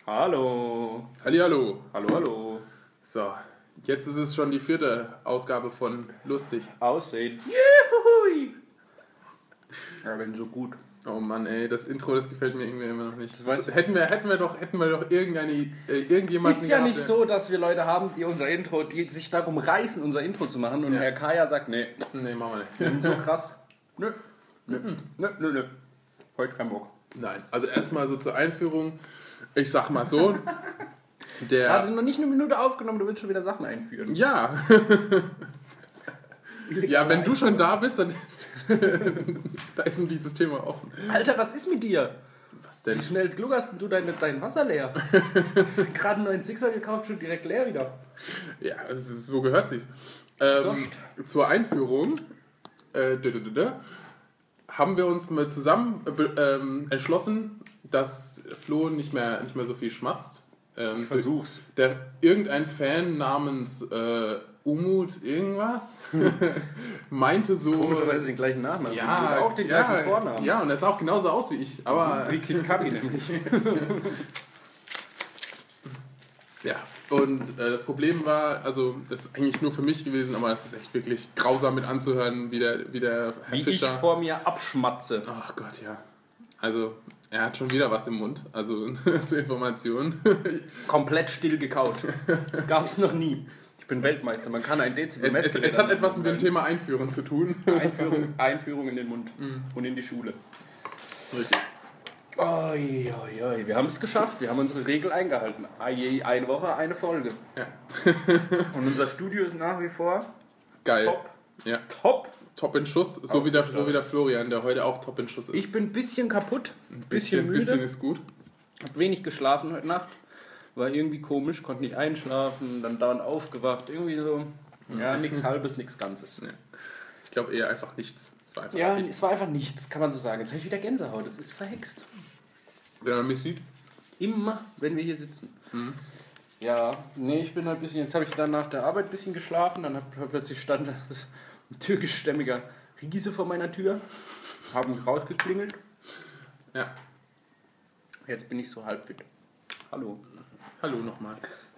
Hallo. Hallihallo. Hallo. So, jetzt ist es schon die 4. Ausgabe von Lustig. Aussehen. Juhui. Ja, wenn so gut. Oh Mann, ey, das Intro, das gefällt mir irgendwie immer noch nicht. Weißt du- Hätten wir doch irgendjemanden Ist ja gehabt, nicht so, dass wir Leute haben, die sich darum reißen, unser Intro zu machen und Ja. Herr Kaya sagt, nee, Nee, machen wir nicht. wir sind so krass. Nö. Heute kein Bock. Nein, also erstmal so zur Einführung. Ich sag mal so, Gerade noch nicht eine Minute aufgenommen, du willst schon wieder Sachen einführen. Ja. Ja, wenn du schon da bist, dann da ist dieses Thema offen. Alter, was ist mit dir? Was denn? Wie schnell gluckerst du dein Wasser leer? Gerade einen neuen Sixer gekauft, schon direkt leer wieder. Ja, so gehört sich's. Zur Einführung haben wir uns mal zusammen entschlossen, dass Flo nicht mehr so viel schmatzt. Ich versuch's. Irgendein Fan namens Umut irgendwas meinte so... Komischerweise den gleichen Namen. Also Ja, auch den gleichen Vornamen. Ja, und er sah auch genauso aus wie ich. Aber Wie Kid Cudi nämlich. ja, und das Problem war, also das ist eigentlich nur für mich gewesen, aber es ist echt wirklich grausam mit anzuhören, wie der Herr Wie Fischer... ich vor mir abschmatze. Ach Gott, ja. Also, er hat schon wieder was im Mund. Also, zur Information. Komplett still gekaut. Gab's noch nie. Ich bin Weltmeister, man kann ein Dezibel Es hat etwas mit dem Thema Einführen zu tun. Einführung in den Mund und in die Schule. Richtig. Oi. Wir haben es geschafft, wir haben unsere Regel eingehalten. Eine Woche, eine Folge. Ja. Und unser Studio ist nach wie vor Geil. top. Ja. Top. In Schuss, so wie der Florian, der heute auch top in Schuss ist. Ich bin ein bisschen kaputt, ein bisschen müde. Bisschen ist gut. Hab wenig geschlafen heute Nacht. War irgendwie komisch, konnte nicht einschlafen, dann dauernd aufgewacht. Irgendwie so, ja, nichts Halbes, nichts Ganzes. Ja. Ich glaube eher einfach nichts. Es war einfach Ja, nichts. es war einfach nichts, kann man so sagen. Jetzt habe ich wieder Gänsehaut, das ist verhext. Wenn man mich sieht. Immer, wenn wir hier sitzen. Ja, nee, ich bin halt ein bisschen, jetzt habe ich dann nach der Arbeit ein bisschen geschlafen, dann plötzlich stand ein türkischstämmiger Riese vor meiner Tür, haben rausgeklingelt. Ja. Jetzt bin ich so halb fit. Hallo. Hallo nochmal.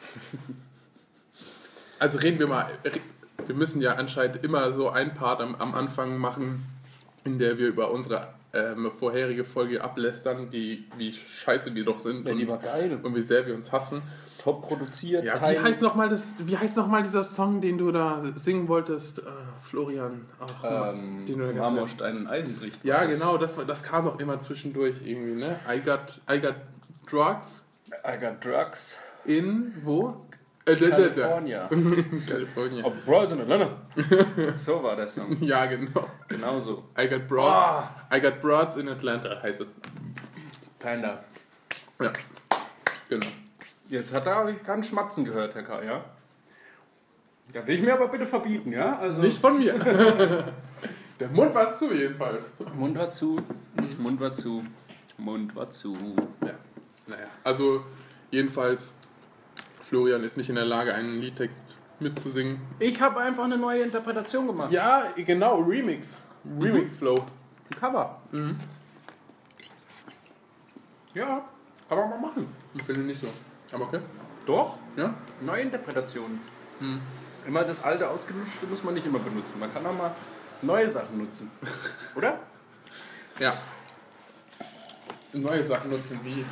Also reden wir mal. Wir müssen ja anscheinend immer so ein Part am Anfang machen, in der wir über unsere vorherige Folge ablästern, wie scheiße wir doch sind. Ja, die war geil. Und wie sehr wir uns hassen. Top produziert. Ja, wie heißt noch mal dieser Song, den du da singen wolltest, Florian? Den du da ganz Marmorstein und Eisenbricht. ja, genau, das kam doch immer zwischendurch irgendwie, ne? I got drugs I got drugs. in wo? California. California. Of Bros in Atlanta. So war der Song. Ja, genau. Genau so. I got broads in Atlanta heißt es. Panda. Ja, genau. Jetzt habe ich keinen Schmatzen gehört, Herr K., ja? Da will ich mir aber bitte verbieten, ja? Also Nicht von mir. Der Mund war zu jedenfalls. Mund war zu, Mund war zu, Mund war zu. Ja, naja. Also jedenfalls, Florian ist nicht in der Lage, einen Liedtext mitzusingen. Ich habe einfach eine neue Interpretation gemacht. Ja, genau, Remix. Remix-Flow. Ein Cover. Ja, kann man mal machen. Ich finde nicht so. Aber okay. Doch, Ja? neue Interpretationen. Immer das alte Ausgelutschte muss man nicht immer benutzen. Man kann auch mal neue Sachen nutzen. Oder? Ja. Neue Sachen nutzen wie.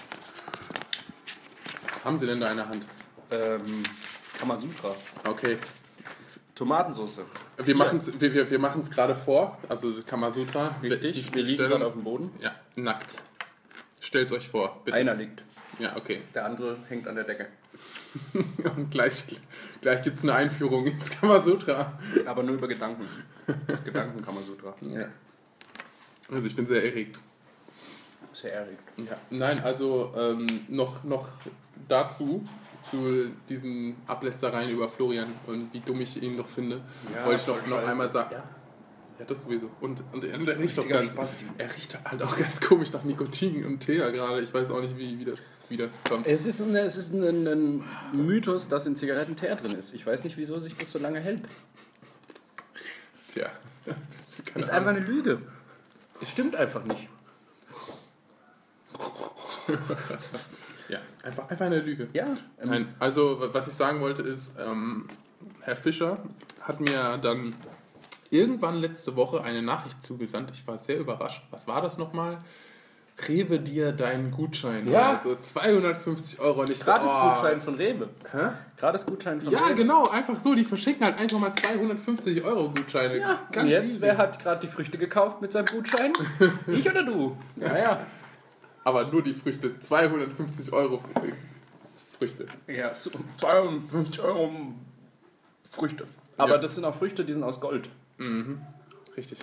Was haben Sie denn da in der Hand? Kamasutra. Okay. Tomatensauce. Wir machen's gerade vor. Also Kamasutra. Richtig. Wir liegen Stellung- gerade auf dem Boden. Ja, nackt. Stellt's euch vor, bitte. Einer liegt. Ja, okay. Der andere hängt an der Decke. Und gleich gibt's eine Einführung ins Kamasutra. Aber nur über Gedanken. Das Gedanken-Kamasutra. Ja. Also ich bin sehr erregt. Sehr erregt. Ja. Nein, also noch dazu, zu diesen Ablästereien über Florian und wie dumm ich ihn noch finde, Ja, wollte ich voll noch scheiße. einmal sagen. Ja, das sowieso. Und er riecht doch Richtiger ganz, Spasti. er riecht halt auch ganz komisch nach Nikotin und Teer gerade. Ich weiß auch nicht, wie das kommt. Es ist ein Mythos, dass in Zigaretten Teer drin ist. Ich weiß nicht, wieso sich das so lange hält. Tja, das ist keine Ist Ahnung. einfach eine Lüge. Es stimmt einfach nicht. Ja, einfach eine Lüge. Ja. Nein, also was ich sagen wollte ist, Herr Fischer hat mir dann irgendwann letzte Woche eine Nachricht zugesandt. Ich war sehr überrascht. Was war das nochmal? Rewe dir deinen Gutschein. Ja. Also 250 Euro. Nicht Gratis-Gutschein von Rewe. Hä? Gratis-Gutschein von Ja, Rewe. genau. Einfach so. Die verschicken halt einfach mal 250 Euro Gutscheine. Ja, Ganz und jetzt, easy. wer hat gerade die Früchte gekauft mit seinem Gutschein? Ich oder du? Naja. Aber nur die Früchte. 250 Euro Früchte. Ja, so 52 Euro Früchte. Aber das sind auch Früchte, die sind aus Gold. Mhm. Richtig.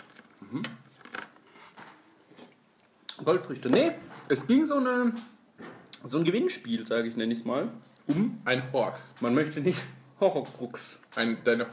Goldfrüchte. Nee, es ging so ein Gewinnspiel, sage ich, nenne ich es mal. Ein Horcrux. Man möchte nicht Horcrux. Deine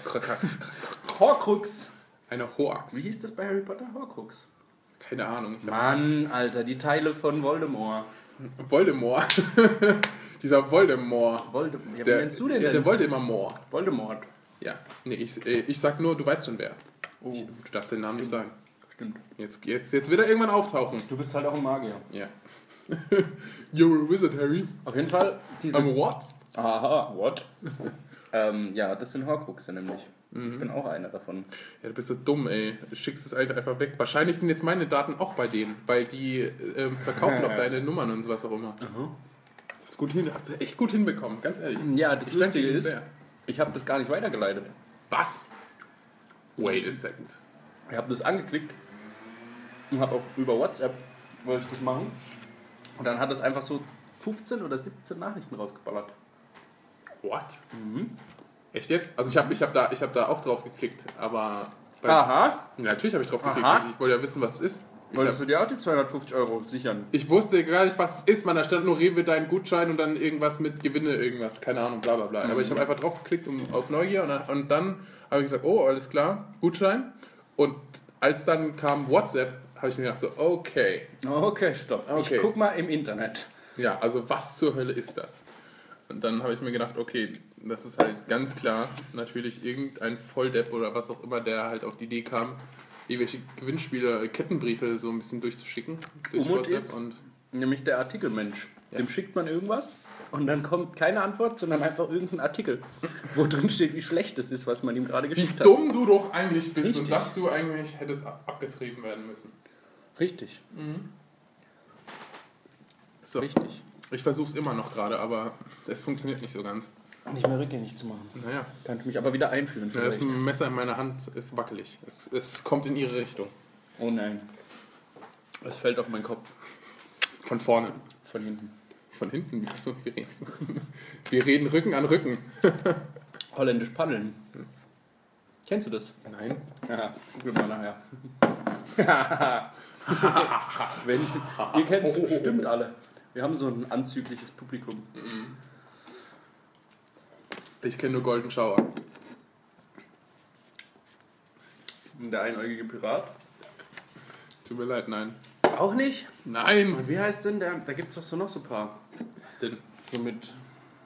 Horcrux. Eine Horcrux. Wie hieß das bei Harry Potter? Horcrux. Keine Ahnung. Mann, Alter, die Teile von Voldemort. Voldemort. Dieser Voldemort. Ja, wie nennst du den denn? Der wollte immer more. Voldemort. Ja. Nee, ich sag nur, du weißt schon wer. Oh. Du darfst den Namen nicht sagen. Stimmt. Jetzt wird er irgendwann auftauchen. Du bist halt auch ein Magier. Ja. You're a wizard, Harry. Auf jeden Fall diese... I'm what? Aha, what? Ja, das sind Horcruxe nämlich. Ich bin auch einer davon. Ja, du bist so dumm, ey. Du schickst es einfach weg. Wahrscheinlich sind jetzt meine Daten auch bei denen, weil die verkaufen doch deine Nummern und sowas auch immer. Das ist gut hast du echt gut hinbekommen, ganz ehrlich. Ja, das Ich danke Lustige Ihnen ist, sehr. ich habe das gar nicht weitergeleitet. Was? Wait a second. Ich habe das angeklickt und habe auch über WhatsApp wollte ich das machen. Und dann hat es einfach so 15 oder 17 Nachrichten rausgeballert. What? Echt jetzt? Also ich hab da auch drauf geklickt, aber... Aha. Ja, natürlich habe ich drauf geklickt. Aha. Ich wollte ja wissen, was es ist. Wolltest du dir auch die 250 Euro sichern? Ich wusste gar nicht, was es ist, man. Da stand nur Rewe dein Gutschein und dann irgendwas mit Gewinne, irgendwas. Keine Ahnung, bla bla bla. Aber ich habe einfach drauf geklickt aus Neugier und dann habe ich gesagt, oh, alles klar, Gutschein. Und als dann kam WhatsApp, habe ich mir gedacht so, okay. Okay, stopp. Okay. Ich guck mal im Internet. Ja, also was zur Hölle ist das? Und dann habe ich mir gedacht, okay, das ist halt ganz klar natürlich irgendein Volldepp oder was auch immer, der halt auf die Idee kam, irgendwelche Gewinnspiele, Kettenbriefe so ein bisschen durchzuschicken durch Umut WhatsApp. ist- Und Nämlich der Artikelmensch. Ja. Dem schickt man irgendwas und dann kommt keine Antwort, sondern einfach irgendein Artikel, wo drin steht, wie schlecht es ist, was man ihm gerade wie geschickt hat. dumm du doch eigentlich bist Richtig. und dass du eigentlich hättest abgetrieben werden müssen. Richtig. So. Richtig. Ich versuche es immer noch gerade, aber es funktioniert nicht so ganz. Nicht mehr rückgängig zu machen. Naja, Kann ich mich aber wieder einführen das vielleicht. Messer in meiner Hand ist wackelig. Es kommt in ihre Richtung. Oh nein. Es fällt auf meinen Kopf. Von vorne. Von hinten. Von hinten. Achso, wir reden Rücken an Rücken. Holländisch paddeln. Kennst du das? Nein. Ja, googeln wir nachher. Ihr kennt es bestimmt alle. Wir haben so ein anzügliches Publikum. Ich kenne nur Golden Shower. Und der einäugige Pirat. Tut mir leid, nein. Auch nicht? Nein! Und wie heißt denn der? Da gibt es doch so noch so ein paar. Was denn? So mit.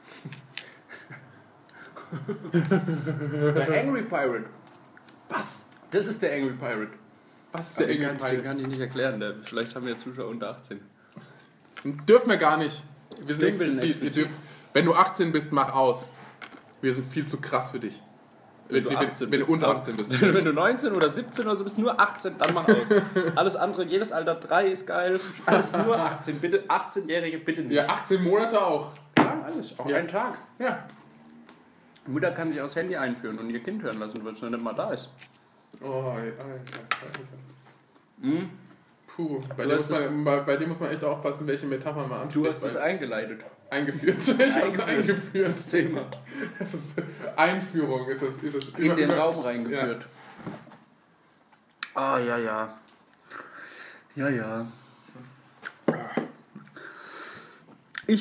Der Angry Pirate. Was? Das ist der Angry Pirate. Was ist der Den Angry kann Pirate? ich nicht erklären. Vielleicht haben wir Zuschauer unter 18. Dürfen wir gar nicht. Wir sind Den will explizit. nicht. Wenn du 18 bist, mach aus. Wir sind viel zu krass für dich. Wenn du unter 18 bist. Wenn du 19 oder 17 oder so bist, nur 18, dann mach aus. Alles andere, jedes Alter 3 ist geil. Alles nur 18. Bitte, 18-Jährige, bitte nicht. Ja, 18 Monate auch. Ja, alles. Auch Ja. einen Tag. Ja. Die Mutter kann sich aufs Handy einführen und ihr Kind hören lassen, weil es noch nicht mal da ist. Oh, Alter. Hm? Puh, bei Du dir, hast bei dir muss man echt aufpassen, welche Metapher man anspricht. Du hast es weil- eingeleitet. eingeführt. Ich habe es eingeführt. Das Thema. Das ist Einführung ist es In den Raum reingeführt. Ah, ja, ja. Ja, ja. Ich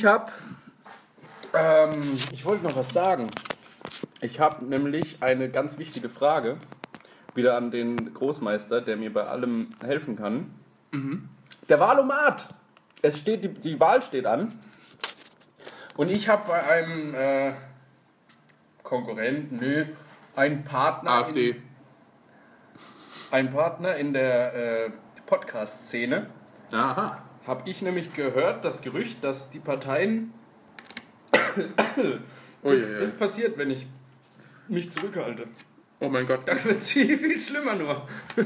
wollte noch was sagen. Ich habe nämlich eine ganz wichtige Frage. Wieder an den Großmeister, der mir bei allem helfen kann. Der Wahlomat! Die Wahl steht an. Und ich habe bei einem Konkurrenten, einen Partner. AfD. Ein Partner in der Podcast-Szene. Aha. habe ich nämlich gehört, das Gerücht, dass die Parteien... Das passiert, wenn ich mich zurückhalte. Oh mein Gott. Da wird es viel schlimmer nur.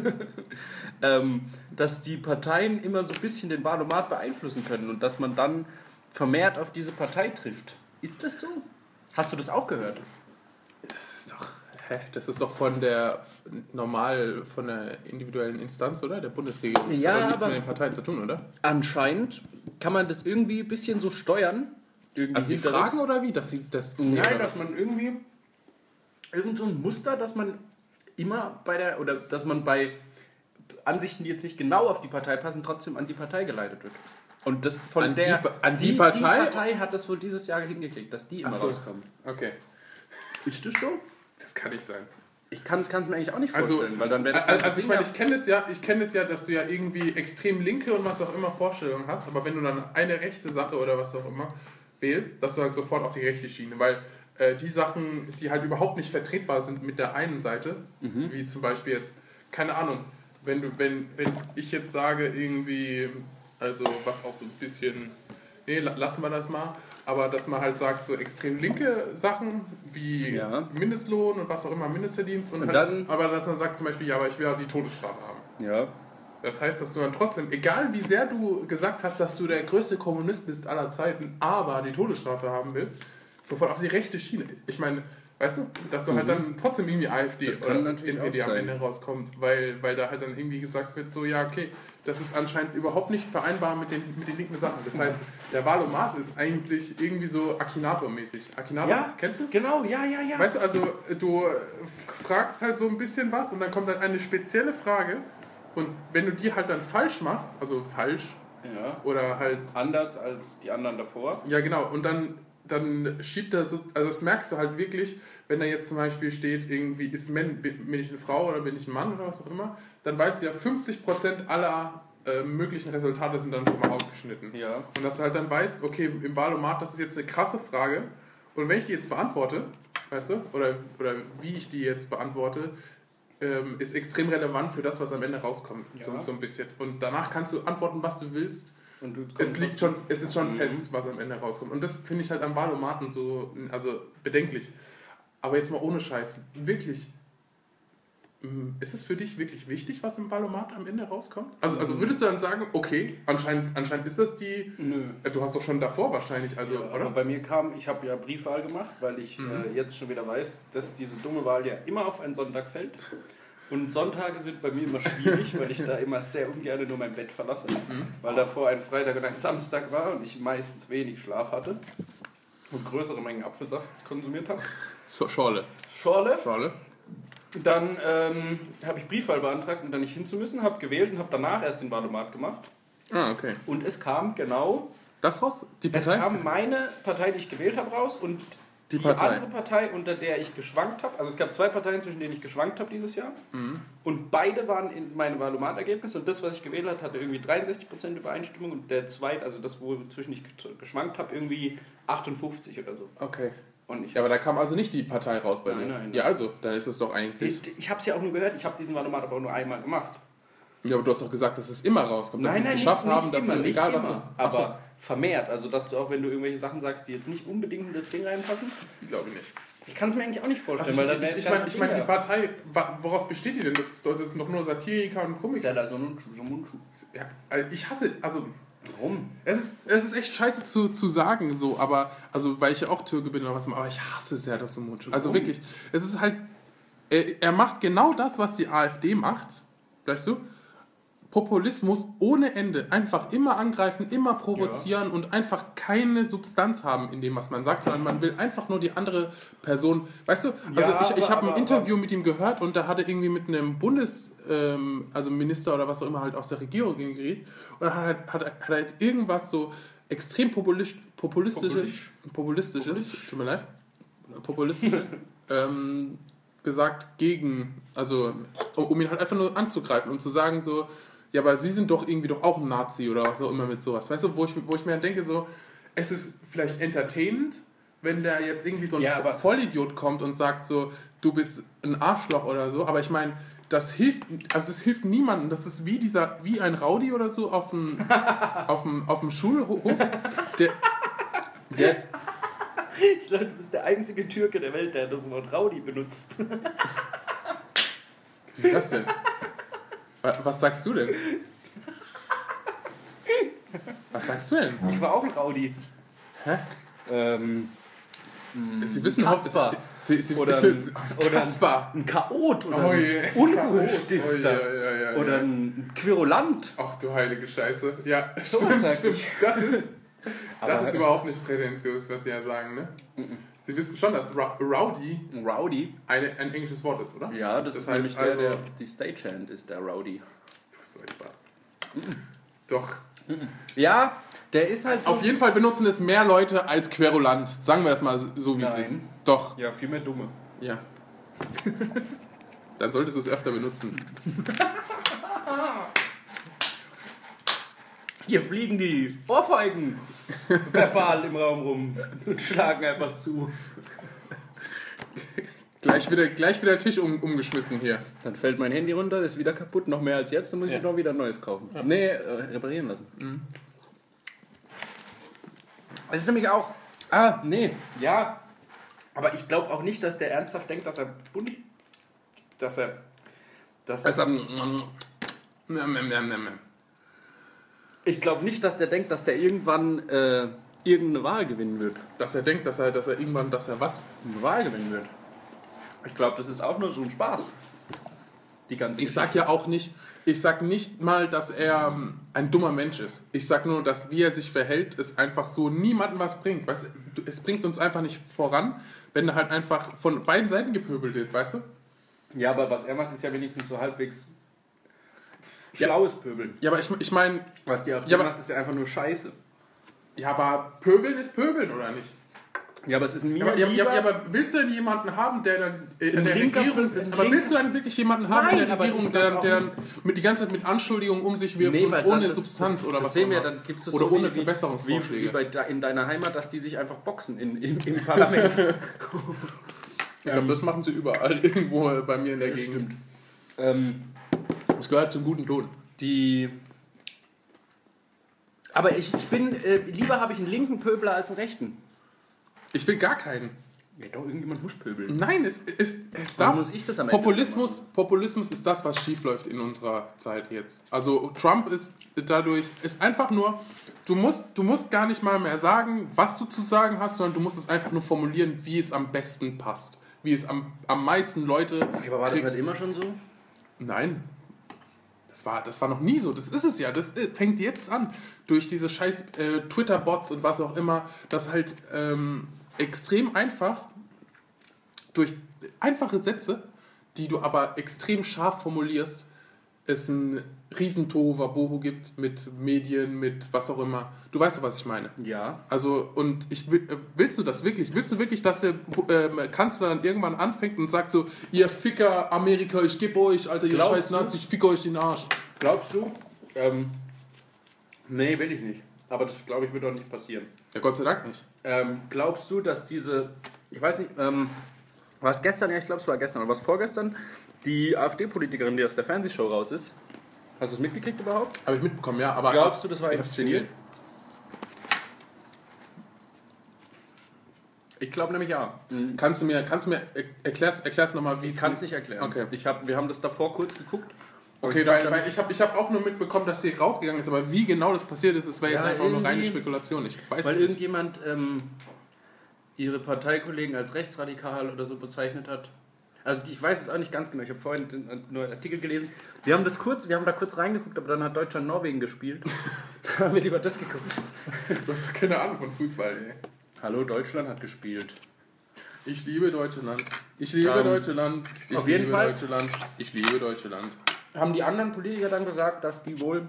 Dass die Parteien immer so ein bisschen den Wahlomat beeinflussen können und dass man dann vermehrt auf diese Partei trifft. Ist das so? Hast du das auch gehört? Das ist doch von der individuellen Instanz, oder? Der Bundesregierung. Das Ja, hat doch nichts aber mit den Parteien zu tun, oder? Anscheinend kann man das irgendwie ein bisschen so steuern. Irgendwie Also die Fragen oder wie? Dass man irgendwie irgend so ein Muster, dass man immer dass man bei Ansichten, die jetzt nicht genau auf die Partei passen, trotzdem an die Partei geleitet wird. Und das von die Partei? Die Partei hat das wohl dieses Jahr hingekriegt, dass die immer rauskommen. Okay. Ist das so? Das kann nicht sein. Ich kann es mir eigentlich auch nicht vorstellen, weil dann wäre das also ich meine, ich kenne es ja, dass du ja irgendwie extrem linke und was auch immer Vorstellungen hast, aber wenn du dann eine rechte Sache oder was auch immer wählst, dass du halt sofort auf die rechte Schiene, weil die Sachen, die halt überhaupt nicht vertretbar sind mit der einen Seite, wie zum Beispiel jetzt, keine Ahnung, wenn ich jetzt sage irgendwie, also was auch so ein bisschen, nee, lassen wir das mal, aber dass man halt sagt, so extrem linke Sachen wie Mindestlohn und was auch immer, Mindestverdienst und halt dann, aber dass man sagt zum Beispiel, ja, aber ich will auch die Todesstrafe haben. Ja. Das heißt, dass du dann trotzdem, egal wie sehr du gesagt hast, dass du der größte Kommunist bist aller Zeiten, aber die Todesstrafe haben willst, sofort auf die rechte Schiene. Ich meine, weißt du, dass du halt dann trotzdem irgendwie AfD oder NPD am Ende rauskommt, weil da halt dann irgendwie gesagt wird, so ja, okay, das ist anscheinend überhaupt nicht vereinbar mit den linken Sachen. Das heißt, der Wahlomat ist eigentlich irgendwie so Akinator-mäßig. Akinator, ja, kennst du? Genau, ja. Weißt du, also du fragst halt so ein bisschen was und dann kommt halt eine spezielle Frage und wenn du die halt dann falsch machst, also falsch oder halt... Anders als die anderen davor. Ja, genau, und dann schiebt er so, also das merkst du halt wirklich, wenn da jetzt zum Beispiel steht, irgendwie, bin ich eine Frau oder bin ich ein Mann oder was auch immer, dann weißt du ja, 50% aller möglichen Resultate sind dann schon mal ausgeschnitten. Ja. Und dass du halt dann weißt, okay, im Wahlomat, das ist jetzt eine krasse Frage und wenn ich die jetzt beantworte, weißt du, oder wie ich die jetzt beantworte, ist extrem relevant für das, was am Ende rauskommt, so ein bisschen. Und danach kannst du antworten, was du willst. Und es ist schon fest, was am Ende rauskommt. Und das finde ich halt am Wahlomaten so, also bedenklich. Aber jetzt mal ohne Scheiß, wirklich, ist es für dich wirklich wichtig, was im Wahlomat am Ende rauskommt? Also würdest du dann sagen, okay, anscheinend ist das die... Nö. Du hast doch schon davor wahrscheinlich, also, ja, oder? Aber bei mir ich habe ja Briefwahl gemacht, weil ich jetzt schon wieder weiß, dass diese dumme Wahl ja immer auf einen Sonntag fällt. Und Sonntage sind bei mir immer schwierig, weil ich da immer sehr ungern nur mein Bett verlasse. Weil davor ein Freitag und ein Samstag war und ich meistens wenig Schlaf hatte. Und größere Mengen Apfelsaft konsumiert habe. So, Schorle. Dann habe ich Briefwahl beantragt, um da nicht hinzumüssen, habe gewählt und habe danach erst den Wahlomat gemacht. Ah, okay. Und es kam genau... Das raus? Die Partei? Es kam meine Partei, die ich gewählt habe, raus und die andere Partei, unter der ich geschwankt habe. Also es gab 2 Parteien, zwischen denen ich geschwankt habe dieses Jahr. Und beide waren in meinem Wahlomat-Ergebnis. Und das, was ich gewählt habe, hatte irgendwie 63% Übereinstimmung. Und der zweite, also das, wozwischen ich geschwankt habe, irgendwie 58 oder so. Okay. Und aber da kam also nicht die Partei raus bei dir? Nein. Ja, also, dann ist es doch eigentlich... Ich habe es ja auch nur gehört, ich habe diesen Wahlomat aber auch nur einmal gemacht. Ja, aber du hast doch gesagt, dass es immer rauskommt, dass sie es geschafft haben, dass du, egal was du... Aber vermehrt, also dass du auch, wenn du irgendwelche Sachen sagst, die jetzt nicht unbedingt in das Ding reinpassen... Ich glaube nicht. Ich kann es mir eigentlich auch nicht vorstellen, also ich meine, die Partei, woraus besteht die denn? Das ist doch nur Satiriker und Komiker. Ja, da ist so ein Mundschuh. Ja, ich hasse, also... Warum? Es ist echt scheiße zu sagen, so, aber, also, weil ich ja auch Türke bin oder was, aber ich hasse es ja, dass du Mundschuh. Also wirklich, es ist halt, er macht genau das, was die AfD macht, weißt du? Populismus ohne Ende. Einfach immer angreifen, immer provozieren und einfach keine Substanz haben in dem, was man sagt, sondern man will einfach nur die andere Person. Weißt du, also ich habe ein Interview mit ihm gehört und da hat er irgendwie mit einem Minister oder was auch immer halt aus der Regierung geredet und dann hat er halt irgendwas so extrem populistisches, tut mir leid, gesagt gegen, also um ihn halt einfach nur anzugreifen und zu sagen so, ja, aber sie sind doch irgendwie doch auch ein Nazi oder was auch immer mit sowas. Weißt du, wo ich mir dann denke, so, es ist vielleicht entertainend, wenn da jetzt irgendwie so ein Vollidiot kommt und sagt so, du bist ein Arschloch oder so, aber ich meine, das hilft niemandem. Das ist wie ein Rowdy oder so auf dem Schulhof. Der Ich glaube, du bist der einzige Türke der Welt, der das Wort Rowdy benutzt. Wie ist das denn? Was sagst du denn? Was sagst du denn? Ich war auch ein Rowdy. Hä? Sie wissen Kasper. Oder Kasper. ein Chaot oder Oh ein je. Unruhestifter. Oh je. Oder ein Querulant. Ach du heilige Scheiße. Ja, So was sag stimmt. ich. Das ist Aber- überhaupt nicht prätentiös, was Sie ja sagen, ne? Sie wissen schon, dass Rowdy Ein Rowdy. ein englisches Wort ist, oder? Ja, das ist heißt nämlich also- der die Stagehand ist der Rowdy. Du bist so ein Spaß. Doch. Ja, der ist halt so... Auf jeden Fall benutzen es mehr Leute als Querulant. Sagen wir das mal so, wie es Nein. ist. Doch. Ja, viel mehr Dumme. Ja. Dann solltest du es öfter benutzen. Hier fliegen die Ohrfeigen verbal im Raum rum und schlagen einfach zu. Gleich wieder Tisch umgeschmissen hier. Dann fällt mein Handy runter, ist wieder kaputt, noch mehr als jetzt, dann muss ich noch wieder ein neues kaufen. Ja. Nee, reparieren lassen. Mhm. Es ist nämlich auch... ja. Aber ich glaube auch nicht, dass der ernsthaft denkt, dass er... Ich glaube nicht, dass der denkt, dass der irgendwann irgendeine Wahl gewinnen wird. Dass er denkt, dass er irgendwann, was? Eine Wahl gewinnen wird. Ich glaube, das ist auch nur so ein Spaß. Die ganze Ich sag nicht mal, dass er ein dummer Mensch ist. Ich sag nur, dass wie er sich verhält, es einfach so niemandem was bringt. Weißt du, es bringt uns einfach nicht voran, wenn er halt einfach von beiden Seiten gepöbelt wird, weißt du? Ja, aber was er macht, ist ja wenigstens so halbwegs schlaues Pöbeln. Ja, aber ich meine... Was die AfD macht, ist ja einfach nur Scheiße. Ja, aber Pöbeln ist Pöbeln, oder nicht? Ja, aber es ist mir aber willst du denn jemanden haben, der dann in der Regierung sitzt? Aber willst du dann wirklich jemanden haben in der Regierung, der dann mit die ganze Zeit mit Anschuldigungen um sich wirft und ohne Substanz oder was auch immer? Dann gibt's das oder so ohne wie Verbesserungsvorschläge. in deiner Heimat, dass die sich einfach boxen im Parlament. Ich glaube, das machen sie überall irgendwo bei mir in der Gegend. Stimmt. Das gehört zum guten Ton. Aber ich bin, lieber habe ich einen linken Pöbler als einen rechten. Ich will gar keinen. Ja, doch, irgendjemand muss pöbeln. Nein, es Warum darf. muss ich das am Ende Populismus ist das, was schiefläuft in unserer Zeit jetzt. Also Trump ist einfach nur, du musst gar nicht mal mehr sagen, was du zu sagen hast, sondern du musst es einfach nur formulieren, wie es am besten passt. Wie es am meisten Leute... Aber war das nicht immer schon so? Nein. Das war noch nie so. Das ist es ja. Das fängt jetzt an. Durch diese scheiß Twitter-Bots und was auch immer. Das halt extrem einfach, durch einfache Sätze, die du aber extrem scharf formulierst, es ein riesen Tohuwabohu gibt mit Medien, mit was auch immer. Du weißt ja, was ich meine. Ja. Also, und willst du das wirklich? Willst du wirklich, dass der Kanzler dann irgendwann anfängt und sagt so, ihr Ficker Amerika, ich geb euch, Alter, ihr scheiß Nazi, ich ficke euch den Arsch. Glaubst du? Nee, will ich nicht. Aber das, glaube ich, wird doch nicht passieren. Ja, Gott sei Dank nicht. Glaubst du, dass ich weiß nicht, war es gestern? Ja, ich glaube, es war gestern. Oder war es vorgestern? Die AfD-Politikerin, die aus der Fernsehshow raus ist. Hast du es mitgekriegt überhaupt? Habe ich mitbekommen, ja. Aber glaubst du, das war inszeniert? Ich glaube nämlich ja. Kannst du mir erklärst nochmal, wie es... Ich kann es nicht erklären. Okay. Wir haben das davor kurz geguckt. Okay, weil ich hab auch nur mitbekommen, dass sie rausgegangen ist, aber wie genau das passiert ist, das wäre jetzt einfach nur reine Spekulation. Ich weiß weil es nicht. irgendjemand ihre Parteikollegen als rechtsradikal oder so bezeichnet hat. Also ich weiß es auch nicht ganz genau. Ich habe vorhin nur einen Artikel gelesen. Wir haben da kurz reingeguckt, aber dann hat Deutschland Norwegen gespielt. Da haben wir lieber das geguckt. Du hast doch keine Ahnung von Fußball, ey. Hallo, Deutschland hat gespielt. Ich liebe Deutschland. Ich liebe Deutschland. Auf jeden Fall. Deutschland. Ich liebe Deutschland. Haben die anderen Politiker dann gesagt, dass die wohl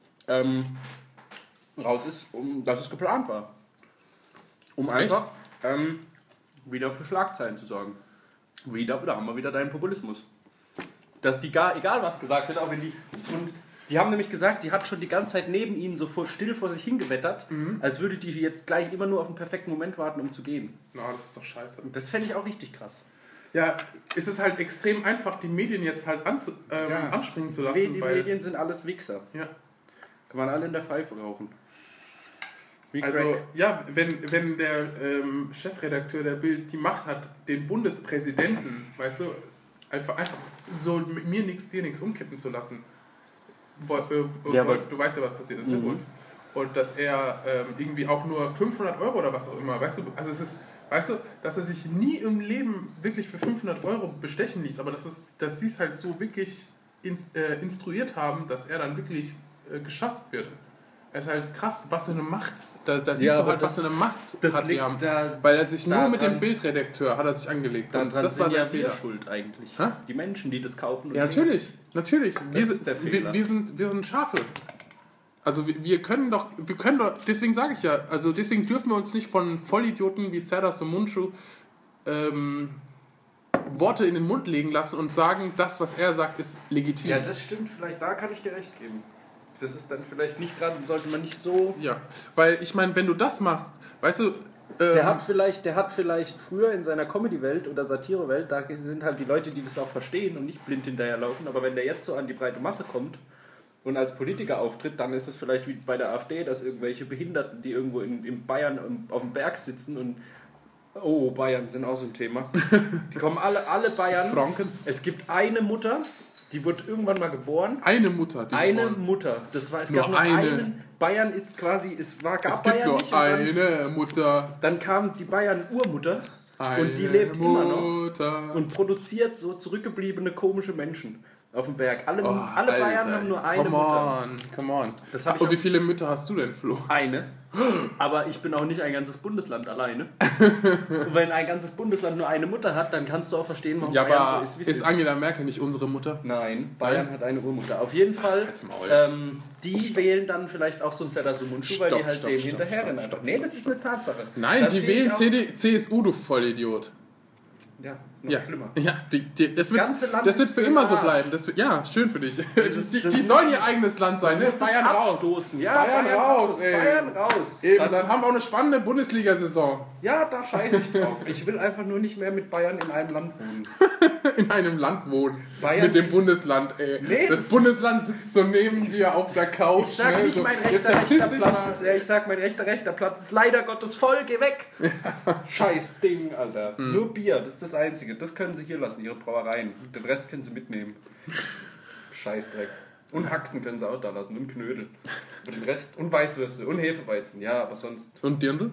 raus ist, dass es geplant war. Um einfach wieder für Schlagzeilen zu sorgen. Da haben wir wieder deinen Populismus. Dass die egal was gesagt wird, auch wenn die... Und die haben nämlich gesagt, die hat schon die ganze Zeit neben ihnen so still vor sich hingewettert, als würde die jetzt gleich immer nur auf den perfekten Moment warten, um zu gehen. Na, das ist doch scheiße. Und das fände ich auch richtig krass. Ja, es ist halt extrem einfach, die Medien jetzt halt anspringen zu lassen. Die Medien sind alles Wichser. Ja. Kann man alle in der Pfeife rauchen. Wie Also, Crack. ja, wenn der Chefredakteur der Bild die Macht hat, den Bundespräsidenten, weißt du, einfach so mit mir nichts, dir nichts umkippen zu lassen. Wolf, du weißt ja, was passiert ist, ne, Wolf? Und dass er irgendwie auch nur 500 Euro oder was auch immer, weißt du, also es ist, weißt du, dass er sich nie im Leben wirklich für 500 Euro bestechen ließ, aber dass sie es halt so wirklich instruiert haben, dass er dann wirklich geschasst wird. Es ist halt krass, was für eine Macht. Da siehst du halt, was für eine Macht hat die haben. Weil er sich nur mit dem Bildredakteur hat er sich angelegt. Dann das sind war ja sein wir Fehler. schuld eigentlich. Hä? Die Menschen, die das kaufen. Und Ja, natürlich. Das ist der Fehler. Wir sind Schafe. Also wir können doch, deswegen sage ich ja, also deswegen dürfen wir uns nicht von Vollidioten wie Serdar Somuncu Worte in den Mund legen lassen und sagen, das, was er sagt, ist legitim. Ja, das stimmt vielleicht, da kann ich dir recht geben. Das ist dann vielleicht nicht gerade, sollte man nicht so... Ja, weil ich meine, wenn du das machst, weißt du... Der hat vielleicht früher in seiner Comedy-Welt oder Satire-Welt, da sind halt die Leute, die das auch verstehen und nicht blind hinterherlaufen, aber wenn der jetzt so an die breite Masse kommt und als Politiker auftritt, dann ist es vielleicht wie bei der AfD, dass irgendwelche Behinderten, die irgendwo in Bayern auf dem Berg sitzen und oh, Bayern sind auch so ein Thema. Die kommen alle Bayern. Franken. Es gibt eine Mutter, die wurde irgendwann mal geboren. Eine Mutter. Mutter. Es nur gab nur eine. einen. Bayern ist quasi, es gibt Bayern nur nicht. eine Mutter. Dann kam die Bayern-Urmutter und die lebt immer noch und produziert so zurückgebliebene komische Menschen auf dem Berg. Alle Bayern haben nur eine Mutter. Come on. Und wie viele Mütter hast du denn, Flo? Eine. Aber ich bin auch nicht ein ganzes Bundesland alleine. Und wenn ein ganzes Bundesland nur eine Mutter hat, dann kannst du auch verstehen, warum Bayern so ist, wie es ist. Ist Angela Merkel nicht unsere Mutter? Nein, Bayern hat eine Urmutter. Auf jeden Fall, die wählen dann vielleicht auch so ein Serdar Somuncu, weil die halt dem hinterherrennen einfach. Nee, das ist eine Tatsache. Nein, die wählen CSU, du Vollidiot. Ja, noch schlimmer. Ja, das wird für immer so bleiben. Ja, schön für dich. Die sollen ihr eigenes Land sein, ne? Bayern raus. Ja, Bayern raus. Ey. Bayern raus. Eben, dann haben wir auch eine spannende Bundesliga-Saison. Ja, da scheiße ich drauf. Ich will einfach nur nicht mehr mit Bayern in einem Land wohnen. In einem Land wohnen. Bayern mit dem Bundesland, ey. Nee, das Bundesland sitzt so neben dir auf der Couch. Ich sag nicht, mein rechter Platz ist. Ich sag, mein rechter Platz ist leider Gottes voll, geh weg. Scheiß Ding, Alter. Nur Bier, das ist das Einzige. Das können sie hier lassen, ihre Brauereien. Den Rest können sie mitnehmen. Scheißdreck. Und Haxen können sie auch da lassen und Knödel. Und den Rest und Weißwürste und Hefeweizen, ja, aber sonst. Und Dirndl?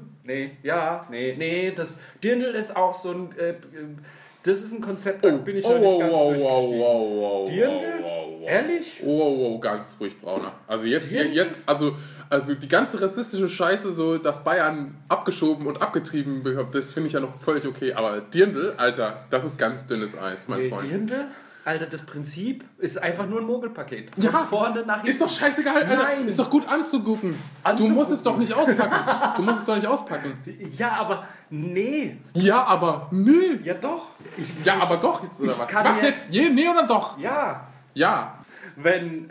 Nee, das Dirndl ist auch so ein. Das ist ein Konzept, da bin ich noch nicht ganz durchgestiegen. Dirndl? Ehrlich? Ganz ruhig, Brauner. Also jetzt, also die ganze rassistische Scheiße, so dass Bayern abgeschoben und abgetrieben bekommt, das finde ich ja noch völlig okay. Aber Dirndl, Alter, das ist ganz dünnes Eis, mein Freund. Dirndl? Alter, das Prinzip ist einfach nur ein Mogelpaket. Von Ja, vorne nach hinten. Ist doch scheißegal, Alter. Nein. Ist doch gut anzugucken. Du musst es doch nicht auspacken. Ja, aber nee. Ja, aber nö. Ja, doch. Aber doch jetzt, oder was? Was jetzt? Nee oder doch? Ja. Ja. Wenn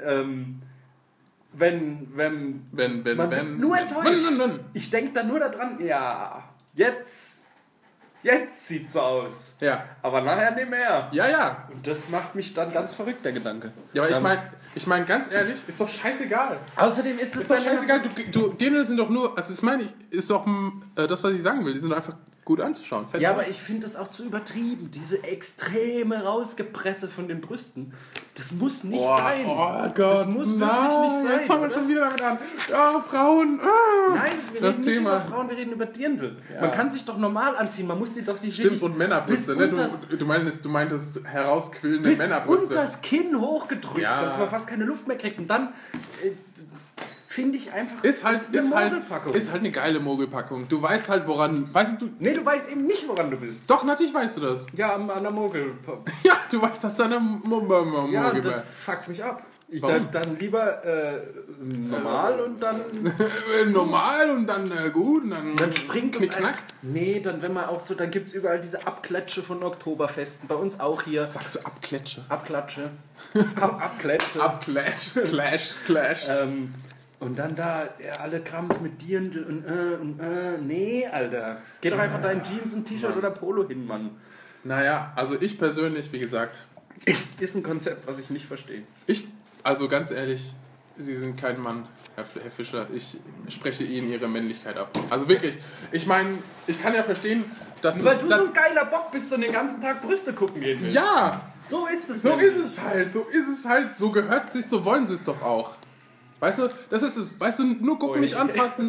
man nur enttäuscht. Ich denke dann nur daran, ja, jetzt sieht's so aus. Ja. Aber nachher nicht mehr. Ja. Und das macht mich dann ganz verrückt, der Gedanke. Ja, aber ich meine, ganz ehrlich, ist doch scheißegal. Außerdem ist es doch scheißegal. Dirndl sind doch nur, also das meine ich, ist doch das, was ich sagen will, die sind doch einfach gut anzuschauen. Ja, aber ich finde das auch zu übertrieben. Diese extreme Rausgepresse von den Brüsten. Das muss nicht sein. Oh Gott, das muss wirklich nicht sein. Jetzt fangen wir schon wieder damit an. Ja, Frauen. Nein, wir reden nicht über Frauen, wir reden über Dirndl. Ja. Man kann sich doch normal anziehen. Man muss sie doch nicht... Stimmt, und Männerbrüste. Ne? Du meintest herausquillende Männerbrüste. Und das Kinn hochgedrückt, dass man fast keine Luft mehr kriegt. Und dann... finde ich einfach, ist halt eine geile Mogelpackung. Du weißt halt, woran... Nee, du weißt eben nicht, woran du bist. Doch, natürlich weißt du das. Ja, an der Mogel. Ja, du weißt, dass da eine Mogel... Ja, das fuckt mich ab. Dann lieber normal und dann... normal und dann gut und dann springt es knack. Nee, dann wenn man auch so... Dann gibt es überall diese Abklätsche von Oktoberfesten. Bei uns auch hier. Sagst du Abklätsche? Abklatsche. Abklätsche. Clash. Und dann da alle Krampf mit Dirndl und nee, Alter. Geh doch einfach da in Jeans und T-Shirt oder Polo hin, Mann. Naja, also ich persönlich, wie gesagt... Ist ein Konzept, was ich nicht verstehe. Also ganz ehrlich, Sie sind kein Mann, Herr Fischer. Ich spreche Ihnen Ihre Männlichkeit ab. Also wirklich, ich meine, ich kann ja verstehen, dass weil du so ein geiler Bock bist und den ganzen Tag Brüste gucken gehen willst. Ja! So ist es. So ist es halt, so gehört sich, so wollen Sie es doch auch. Weißt du, das ist es. Weißt du, nur gucken, nicht anfassen.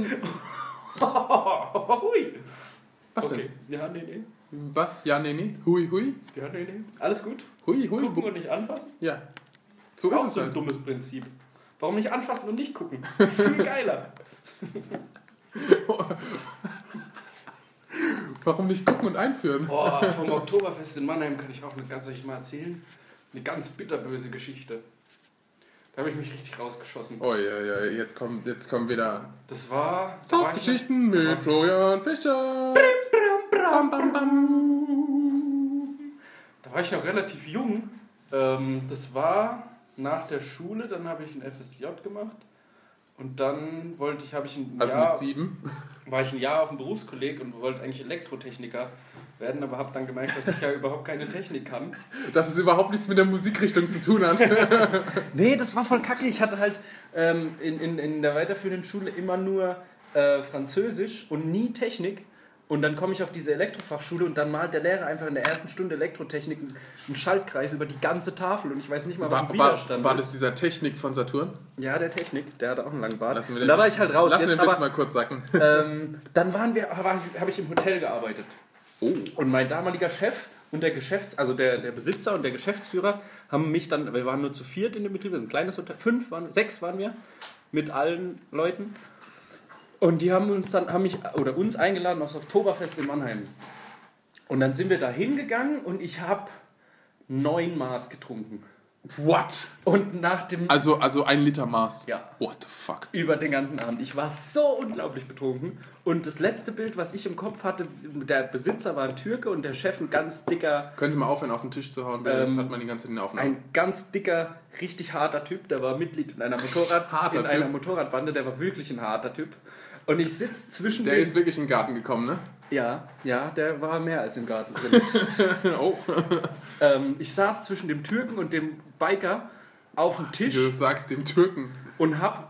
Hui. Was denn? Okay. Ja, nee. Was? Ja, nee. Hui, hui. Ja, nee. Alles gut? Hui. Gucken und nicht anfassen? Ja. So Auch ist es so ein halt. dummes Prinzip. Warum nicht anfassen und nicht gucken? Viel geiler. Warum nicht gucken und einführen? Boah, vom Oktoberfest in Mannheim kann ich auch soll ich mal erzählen? Eine ganz bitterböse Geschichte. Da habe ich mich richtig rausgeschossen. Oh ja, jetzt kommen wieder Das war... Saufgeschichten mit Florian Fischer. Bam, bam, bam. Da war ich noch relativ jung. Das war nach der Schule, dann habe ich ein FSJ gemacht. Und dann war ich ein Jahr auf dem Berufskolleg und wollte eigentlich Elektrotechniker werden, aber habe dann gemerkt, dass ich ja überhaupt keine Technik kann. Dass es überhaupt nichts mit der Musikrichtung zu tun hat. Nee, das war voll kacke. Ich hatte halt in der weiterführenden Schule immer nur Französisch und nie Technik. Und dann komme ich auf diese Elektrofachschule und dann malt der Lehrer einfach in der ersten Stunde Elektrotechnik einen Schaltkreis über die ganze Tafel und ich weiß nicht mal, was ein Widerstand ist. War das dieser Technik von Saturn? Ja, der Technik, der hatte auch einen langen Bart. Und da war ich halt raus. Lass den Witz mal kurz sacken. Dann habe ich im Hotel gearbeitet. Oh. Und mein damaliger Chef und der der Besitzer und der Geschäftsführer haben mich dann, wir waren nur zu viert in dem Betrieb, das ist ein kleines Hotel, 6 waren wir mit allen Leuten. Und die haben uns eingeladen aufs Oktoberfest in Mannheim. Und dann sind wir da hingegangen und ich habe 9 Maß getrunken. What? Und nach dem... Also 1 Liter Maß? Ja. What the fuck? Über den ganzen Abend. Ich war so unglaublich betrunken. Und das letzte Bild, was ich im Kopf hatte, der Besitzer war ein Türke und der Chef ein ganz dicker... Können Sie mal aufhören, auf den Tisch zu hauen? Das hat man die ganze Zeit in der Aufnahme. Ein ganz dicker, richtig harter Typ. Der war Mitglied in einer Motorradbande. Der war wirklich ein harter Typ. Und ich sitze zwischen Der ist wirklich in den Garten gekommen, ne? Ja, der war mehr als im Garten drin. Oh. Ich saß zwischen dem Türken und dem Biker auf dem Tisch. Wie du das sagst, dem Türken. Und hab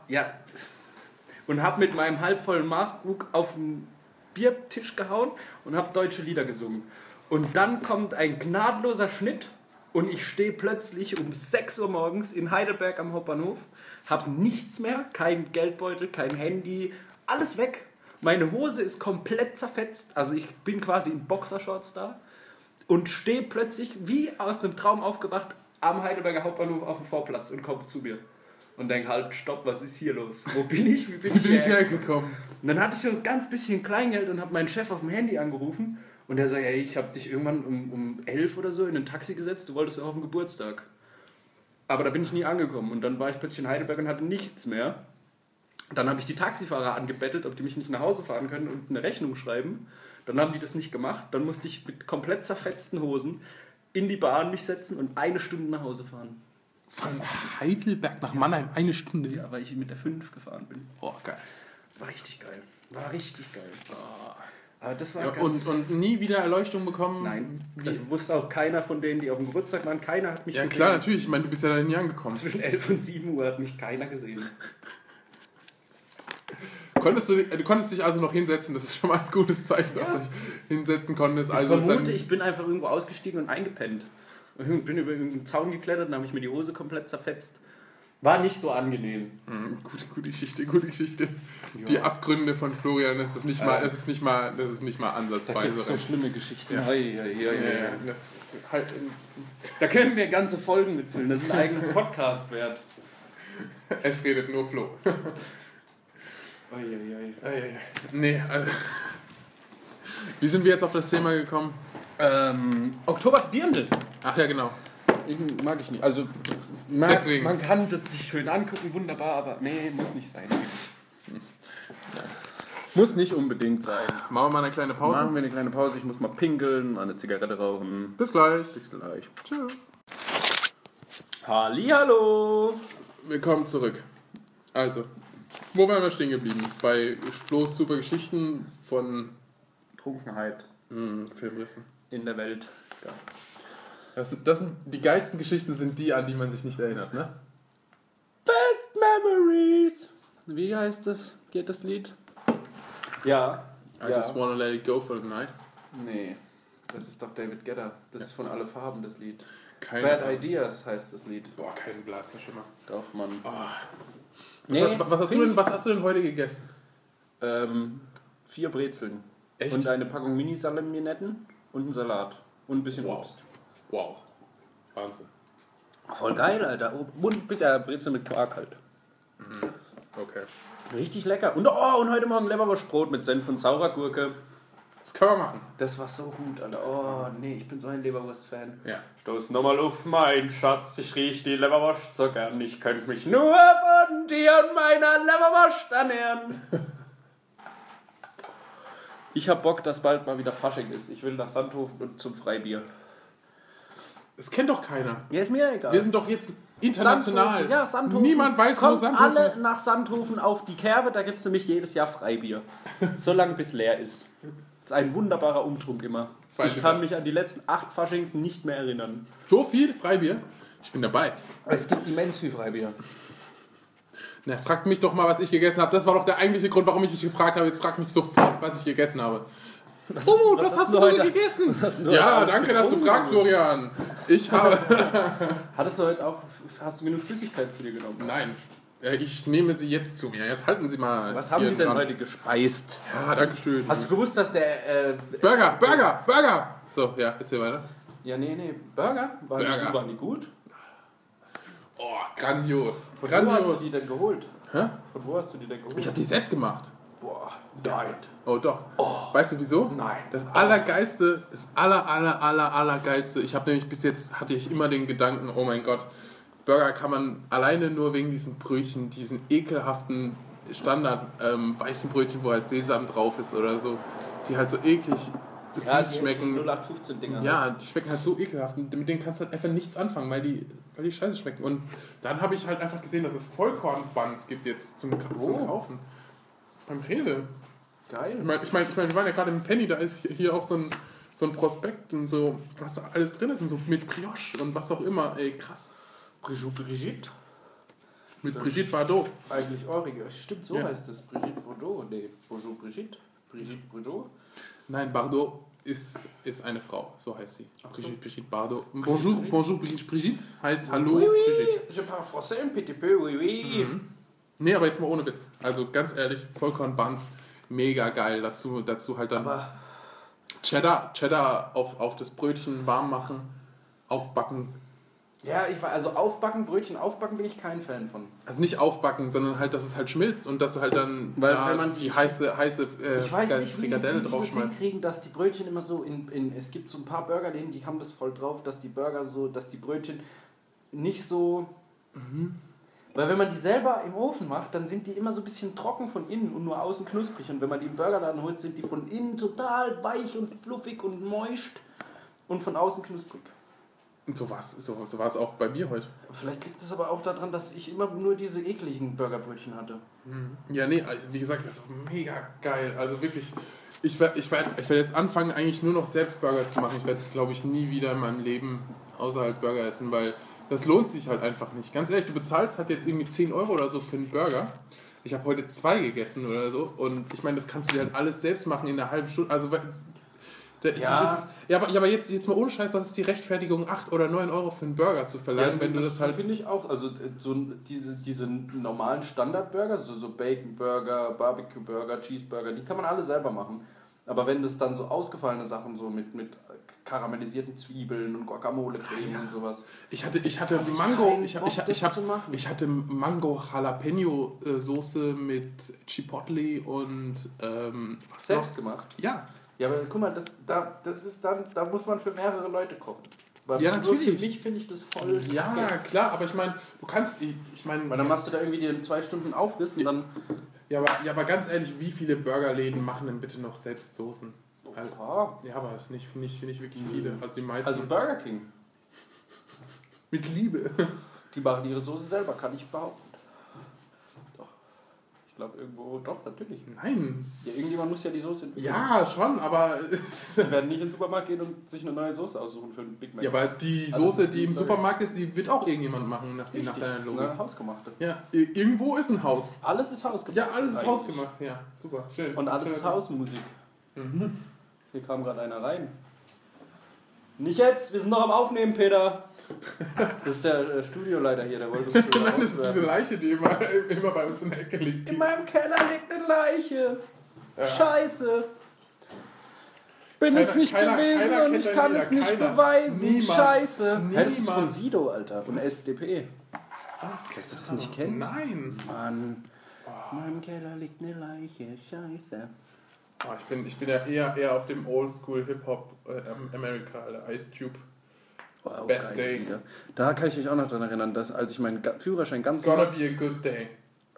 mit meinem halbvollen Maßkrug auf den Biertisch gehauen und hab deutsche Lieder gesungen. Und dann kommt ein gnadenloser Schnitt und ich stehe plötzlich um 6 Uhr morgens in Heidelberg am Hauptbahnhof, hab nichts mehr, kein Geldbeutel, kein Handy, alles weg. Meine Hose ist komplett zerfetzt, also ich bin quasi in Boxershorts da und stehe plötzlich wie aus einem Traum aufgewacht am Heidelberger Hauptbahnhof auf dem Vorplatz und komme zu mir. Und denke halt, stopp, was ist hier los? Wo bin ich? Wie bin ich hergekommen? Und dann hatte ich so ein ganz bisschen Kleingeld und habe meinen Chef auf dem Handy angerufen und der sagt, ey, ich habe dich irgendwann um 11 oder so in ein Taxi gesetzt, du wolltest ja auf den Geburtstag. Aber da bin ich nie angekommen und dann war ich plötzlich in Heidelberg und hatte nichts mehr. Dann habe ich die Taxifahrer angebettelt, ob die mich nicht nach Hause fahren können und eine Rechnung schreiben. Dann haben die das nicht gemacht. Dann musste ich mit komplett zerfetzten Hosen in die Bahn mich setzen und 1 Stunde nach Hause fahren. Von Heidelberg nach Mannheim 1 Stunde? Ja, weil ich mit der 5 gefahren bin. Oh, geil. War richtig geil. Oh. Aber das war ja, und nie wieder Erleuchtung bekommen? Nein, das wusste auch keiner von denen, die auf dem Geburtstag waren. Keiner hat mich gesehen. Ja klar, natürlich. Ich meine, du bist ja da nie angekommen. Zwischen 11 und 7 Uhr hat mich keiner gesehen. Du konntest dich also noch hinsetzen, das ist schon mal ein gutes Zeichen, dass du dich hinsetzen konntest. Ich vermute, ich bin einfach irgendwo ausgestiegen und eingepennt. Ich bin über irgendeinen Zaun geklettert, dann habe ich mir die Hose komplett zerfetzt. War nicht so angenehm. Gute Geschichte. Ja. Die Abgründe von Florian, das ist nicht mal ansatzweise. Da gibt es so schlimme Geschichten. Ja. Das halt da können wir ganze Folgen mitfüllen, das ist ein eigener Podcast wert. Es redet nur Flo. Nee, also, wie sind wir jetzt auf das Thema gekommen? Oktober Dirndl. Ach ja, genau. Mag ich nicht. Also, man kann das sich schön angucken, wunderbar, aber nee, muss nicht sein. Muss nicht unbedingt sein. Machen wir mal eine kleine Pause? Ich muss mal pinkeln, mal eine Zigarette rauchen. Bis gleich. Tschüss. Hallihallo. Willkommen zurück. Also, wo waren wir stehen geblieben? Bei Flo's super Geschichten von Trunkenheit Filmrissen in der Welt. Ja. Das sind die geilsten Geschichten, sind die, an die man sich nicht erinnert, ne? Best Memories. Wie heißt das? Geht das Lied? Ja. I just wanna let it go for the night. Nee, das ist doch David Guetta. Das ist von Alle Farben, das Lied. Keine Bad Ahnung. Ideas heißt das Lied. Boah, kein Blasterschimmer. Doch, Mann. Oh. Nee, Was hast du denn heute gegessen? 4 Brezeln. Echt? Und eine Packung Mini-Salaminetten und einen Salat. Und ein bisschen Obst. Wow. Wahnsinn. Voll geil, Alter. Und bisher Brezel mit Quark halt. Okay. Richtig lecker. Und heute Morgen Leberwurstbrot mit Senf und saurer Gurke. Das können wir machen. Das war so gut, Alter. Oh, nee, ich bin so ein Leberwurst-Fan. Ja. Stoß nochmal auf, mein Schatz. Ich riech die Leberwurst so gern. Ich könnte mich nur von dir und meiner Leberwurst ernähren. Ich hab Bock, dass bald mal wieder Fasching ist. Ich will nach Sandhofen und zum Freibier. Das kennt doch keiner. Ja, ist mir egal. Wir sind doch jetzt international. Sandhofen, Sandhofen. Niemand weiß, wo Kommt Sandhofen alle nach Sandhofen auf die Kerbe. Da gibt es nämlich jedes Jahr Freibier. So lange bis leer ist. Das ist ein wunderbarer Umtrunk immer. 2 Ich Liter. kann mich an die letzten 8 Faschings nicht mehr erinnern. So viel Freibier? Ich bin dabei. Es gibt immens viel Freibier. Na, frag mich doch mal, was ich gegessen habe. Das war doch der eigentliche Grund, warum ich dich gefragt habe. Jetzt frag mich sofort, was ich gegessen habe. Was hast du heute gegessen? Ja, danke, dass du fragst, Florian. Ich habe... Hattest du heute auch... Hast du genug Flüssigkeit zu dir genommen? Nein. Ich nehme sie jetzt zu mir. Jetzt halten Sie mal... Was haben Sie denn heute gespeist? Ja, danke schön. Hast du gewusst, dass der... Burger! So, ja, erzähl weiter. Ja, nee. Burger? Waren die gut? Oh, grandios. Von wo hast du die denn geholt? Hä? Von wo hast du die denn geholt? Ich habe die selbst gemacht. Boah, nein. Oh, doch. Weißt du wieso? Nein. Das Allergeilste, das Allergeilste. Ich habe nämlich bis jetzt, hatte ich immer den Gedanken, oh mein Gott, Burger kann man alleine nur wegen diesen Brötchen, diesen ekelhaften Standard weißen Brötchen, wo halt Sesam drauf ist oder so, die halt so eklig süß schmecken. Die 0815 Dinger. Ja, die schmecken halt so ekelhaft und mit denen kannst du halt einfach nichts anfangen, weil die scheiße schmecken. Und dann habe ich halt einfach gesehen, dass es Vollkornbuns gibt jetzt zum Kaufen. Beim Rewe. Geil. Ich meine, wir waren ja gerade im Penny, da ist hier auch so ein Prospekt und so, was da alles drin ist und so mit Brioche und was auch immer. Ey, krass. Brigitte? Mit Brigitte Bardot. Eigentlich Origo. Stimmt, so Ja. heißt es. Brigitte Bardot. Nee, Bonjour Brigitte. Brigitte Bardot. Nein, Bardot ist eine Frau, so heißt sie. Ach so. Brigitte Bardot. Bonjour Brigitte heißt Hallo Oui, oui, Brigitte. je parle français un petit peu, oui, oui. Nee, aber jetzt mal ohne Witz. Also ganz ehrlich, Vollkornbuns, mega geil. Dazu halt dann Aber Cheddar auf das Brötchen warm machen, aufbacken. ja, Brötchen aufbacken bin ich kein Fan von. Also nicht aufbacken, sondern halt, dass es halt schmilzt und dass du halt dann Weil da wenn man die heiße ich weiß nicht, Frikadelle wie die das draufschmeißt. hinkriegen, dass die Brötchen immer so es gibt so ein paar Burgerläden, die haben das voll drauf, dass die Brötchen nicht so... Weil wenn man die selber im Ofen macht, dann sind die immer so ein bisschen trocken von innen und nur außen knusprig. Und wenn man die im Burgerladen holt, sind die von innen total weich und fluffig und moist und von außen knusprig. Und so war es auch bei mir heute. Vielleicht liegt es aber auch daran, dass ich immer nur diese ekligen Burgerbrötchen hatte. Ja, nee, also wie gesagt, das ist mega geil. Also wirklich, ich werd jetzt anfangen, eigentlich nur noch selbst Burger zu machen. Ich werde, glaube ich, nie wieder in meinem Leben außerhalb Burger essen, weil das lohnt sich halt einfach nicht. Ganz ehrlich, du bezahlst halt jetzt irgendwie 10 Euro oder so für einen Burger. Ich habe heute 2 gegessen oder so und ich meine, das kannst du dir halt alles selbst machen in einer halben Stunde. Also aber jetzt mal ohne Scheiß, was ist die Rechtfertigung, 8 oder 9 Euro für einen Burger zu verlangen, wenn du das halt... finde ich auch, also so diese normalen Standardburger, so Bacon Burger, Barbecue Burger, Cheeseburger, die kann man alle selber machen. Aber wenn das dann so ausgefallene Sachen so mit karamellisierten Zwiebeln und Guacamole-Creme und sowas. Ich hatte Mango Jalapeno Soße mit Chipotle und was Selbst noch? gemacht? Ja. Ja, aber guck mal, da muss man für mehrere Leute kochen. Weil Ja, nur natürlich. Für mich finde ich das voll... Ja, klar, aber ich meine, du kannst, Weil dann machst du da irgendwie den 2 Stunden Aufriss und dann... Ja, aber ganz ehrlich, wie viele Burgerläden machen denn bitte noch selbst Soßen? Also, ja, aber das finde ich wirklich viele. Also die meisten. Also Burger King. Mit Liebe. Die machen ihre Soße selber, kann ich behaupten. Doch. glaube irgendwo, doch, natürlich. Nein. Ja, irgendjemand muss ja die Soße entwickeln. Ja, schon, aber... Die werden nicht in den Supermarkt gehen und sich eine neue Soße aussuchen für einen Big Mac. Ja, aber die Soße, die im Supermarkt ist, die wird auch irgendjemand machen, nach deiner Das ist Logik. eine hausgemachte. Ja, irgendwo ist ein Haus. Alles ist hausgemacht. Ja, alles ist eigentlich. hausgemacht. Ja, super, schön. Und alles schön. ist Hausmusik. Mhm. Hier kam gerade einer rein. Nicht jetzt, wir sind noch am Aufnehmen, Peter. Das ist der Studioleiter hier, der wollte uns Nein, das ist diese auswerfen. Leiche, die immer bei uns in der Ecke liegt. In meinem Keller liegt eine Leiche. Ja. Scheiße. Bin es nicht gewesen und ich kann es nicht beweisen. Niemand. Scheiße. Niemand. Ja, das ist von Sido, Alter, von SDP. Was? Dass du das nicht kennst? Nein. Mann. In meinem Keller liegt eine Leiche. Scheiße. Oh, ich bin ja eher auf dem Oldschool Hip-Hop America, Alter. Ice Cube. Wow, Best geil, Day. Digga. Da kann ich mich auch noch daran erinnern, dass als ich meinen Führerschein It's gonna be a good day.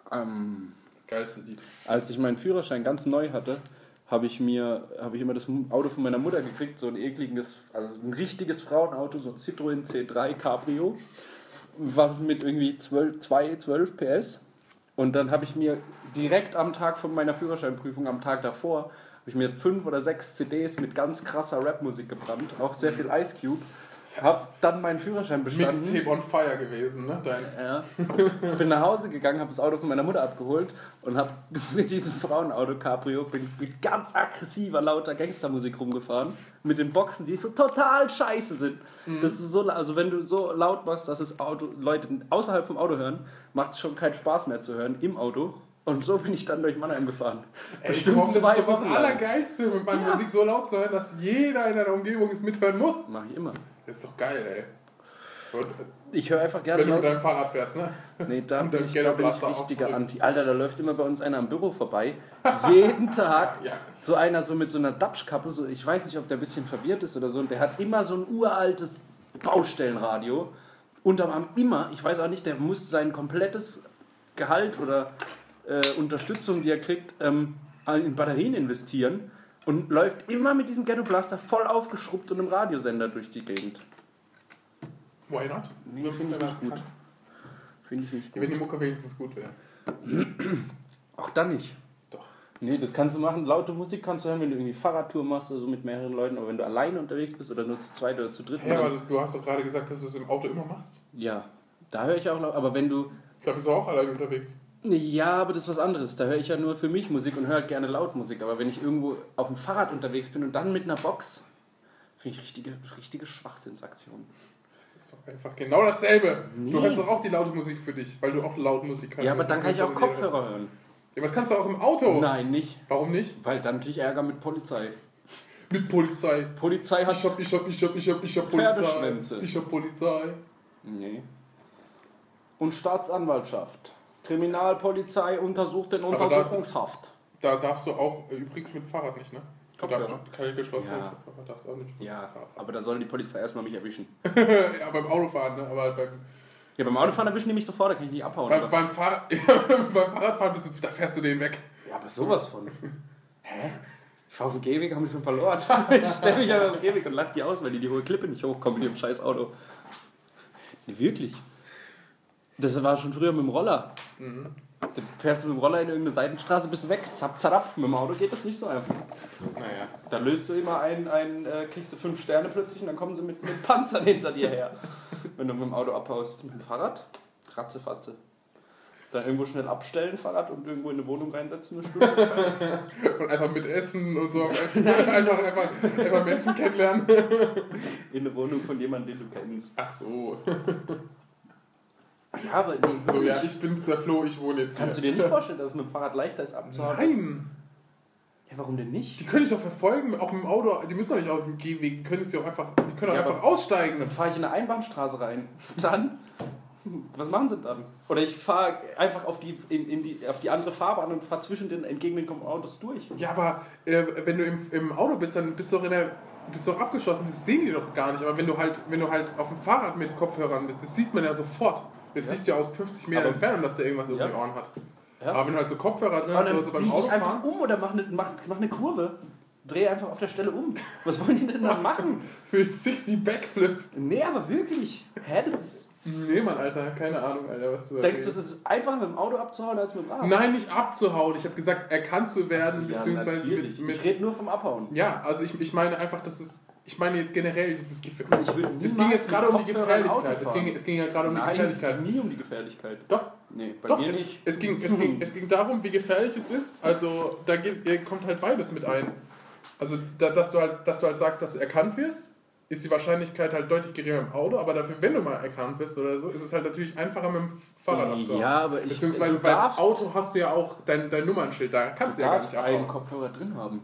Geilste Lied. als ich meinen Führerschein ganz neu hatte, habe ich immer das Auto von meiner Mutter gekriegt, so ein ekliges, also ein richtiges Frauenauto, so ein Citroën C3 Cabrio, was mit irgendwie 12 PS. Und dann habe ich mir direkt am Tag von meiner Führerscheinprüfung, am Tag davor, habe ich mir 5 oder 6 CDs mit ganz krasser Rapmusik gebrannt, auch sehr viel Ice Cube. Hab dann meinen Führerschein bestanden. Mixtape on Fire gewesen, ne? Deins. Ja. Bin nach Hause gegangen, habe das Auto von meiner Mutter abgeholt und habe mit diesem Frauenauto Cabrio bin mit ganz aggressiver, lauter Gangstermusik rumgefahren. Mit den Boxen, die so total scheiße sind. Das ist so, also wenn du so laut machst, dass das Auto Leute außerhalb vom Auto hören, macht es schon keinen Spaß mehr zu hören im Auto. Und so bin ich dann durch Mannheim gefahren. Ey, das ist doch das Allergeilste, mit meiner Musik so laut zu hören, dass jeder in deiner Umgebung es mithören muss. Mach ich immer. Das ist doch geil, ey. Und Ich höre einfach gerne wenn du mit laut. deinem Fahrrad fährst, ne? Nee, da Und bin dann ich Ghetto Blaster richtiger auch. Anti. Alter, da läuft immer bei uns einer am Büro vorbei. Jeden Tag. Ja. So einer so mit so einer Dapschkappe. So, ich weiß nicht, ob der ein bisschen verwirrt ist oder so. Und der hat immer so ein uraltes Baustellenradio. Unterm Arm immer. Ich weiß auch nicht, der muss sein komplettes Gehalt oder Unterstützung, die er kriegt, in Batterien investieren. Und läuft immer mit diesem Ghetto Blaster voll aufgeschrubbt und einem Radiosender durch die Gegend. Why not? Nee, finde ich nicht gut. Finde ich nicht gut. Wenn die Mucke wenigstens gut wäre. Auch dann nicht. Doch. Nee, das kannst du machen. Laute Musik kannst du hören, wenn du irgendwie Fahrradtour machst oder so mit mehreren Leuten. Aber wenn du alleine unterwegs bist oder nur zu zweit oder zu dritt. Hey, aber du hast doch gerade gesagt, dass du es im Auto immer machst. Ja, da höre ich auch laut. Aber wenn du... Da bist du auch alleine unterwegs. Ja, aber das ist was anderes. Da höre ich ja nur für mich Musik und höre halt gerne Lautmusik. Aber wenn ich irgendwo auf dem Fahrrad unterwegs bin und dann mit einer Box, finde ich richtige Schwachsinnsaktion. Das ist doch einfach genau dasselbe. Nee. Du hörst doch auch die laute Musik für dich, weil du auch laut Musik hörst. Ja, aber dann kann ich auch Kopfhörer hören. Ja, was kannst du auch im Auto? Nein, nicht. Warum nicht? Weil dann kriege ich Ärger mit Polizei. Mit Polizei. Polizei hat... Ich hab Polizei. Pferdeschwänze. Ich hab Polizei. Nee. Und Staatsanwaltschaft. Kriminalpolizei untersucht in da- Untersuchungshaft. Da darfst du auch übrigens mit dem Fahrrad nicht, ne? Kopfhörer. Keine geschlossene Ja. Kopfhörer darfst du auch nicht. mit dem Ja, Fahrrad fahren. aber da soll die Polizei erstmal mich erwischen. Ja, beim Autofahren, ne? Aber Ja, beim Autofahren erwischen die mich sofort, da kann ich nicht abhauen. Aber. beim Fahrradfahren da fährst du den weg. Ja, aber sowas von. Hä? Ich fahre auf dem Gehweg, haben die schon verloren. Ich stelle mich aber auf den Gehweg und lache die aus, weil die hohe Klippe nicht hochkommen mit ihrem scheiß Auto. Nee, wirklich. Das war schon früher mit dem Roller. Da fährst du mit dem Roller in irgendeine Seitenstraße, bist du weg, zapp, zapp. Mit dem Auto geht das nicht so einfach. Naja. Da löst du immer kriegst du 5 Sterne plötzlich und dann kommen sie mit Panzern hinter dir her. Wenn du mit dem Auto abhaust. Mit dem Fahrrad, Ratzefatze. Da irgendwo schnell abstellen, Fahrrad, und irgendwo in eine Wohnung reinsetzen, eine Stunde. Und einfach mit Essen und so am Essen. einfach Menschen kennenlernen. In eine Wohnung von jemandem, den du kennst. Ach so. Ja, aber nee, So, ja, ich bin's, der Flo, ich wohne jetzt hier. kannst du dir nicht vorstellen, dass es mit dem Fahrrad leichter ist abzuhauen? Nein! Ja, warum denn nicht? Die können dich doch verfolgen, auch mit dem Auto. Die müssen doch nicht auf dem Gehweg, die können doch Ja, einfach aber- aussteigen. Dann fahre ich in eine Einbahnstraße rein. Dann? Was machen sie dann? Oder ich fahre einfach auf die andere Fahrbahn und fahre zwischen den entgegengekommenen Autos durch. Ja, aber wenn du im Auto bist, dann bist du doch abgeschlossen, das sehen die doch gar nicht. Aber wenn du halt auf dem Fahrrad mit Kopfhörern bist, das sieht man ja sofort. Das siehst du ja aus 50 Meter Aber- Entfernung, dass der irgendwas um Ja. die Ohren hat. Ja. Aber wenn du halt so Kopfhörer drin Aber hast, dann oder so beim biege ich einfach Autofahren, um oder mach eine Kurve. Dreh einfach auf der Stelle um. Was wollen die denn dann machen? für 60 Backflip. Nee, aber wirklich. Hä, das ist... Nee, Mann, Alter, keine Ahnung, Alter, was du Denkst du, es ist einfacher mit dem Auto abzuhauen als mit dem Rad? Nein, nicht abzuhauen. Ich habe gesagt, erkannt zu werden, Ja, beziehungsweise natürlich. Ich rede nur vom Abhauen. Ja, also ich meine einfach, dass es... Ich meine jetzt generell dieses Gefühl. Es ging niemals jetzt gerade um die mit Kopfhörern Gefährlichkeit. Auto fahren. Es ging ja gerade um die Nein, Gefährlichkeit. es ging nie um die Gefährlichkeit. Doch. Nee, bei Doch, mir nicht. es ging darum, wie gefährlich es ist. Also da kommt halt beides mit ein. Also dass du halt sagst, dass du erkannt wirst, ist die Wahrscheinlichkeit halt deutlich geringer im Auto, aber dafür, wenn du mal erkannt wirst oder so, ist es halt natürlich einfacher mit dem Fahrrad abzuhauen. Ja, aber beziehungsweise beim Auto hast du ja auch dein Nummernschild, da kannst du ja gar nicht abhauen. einen Kopfhörer drin haben.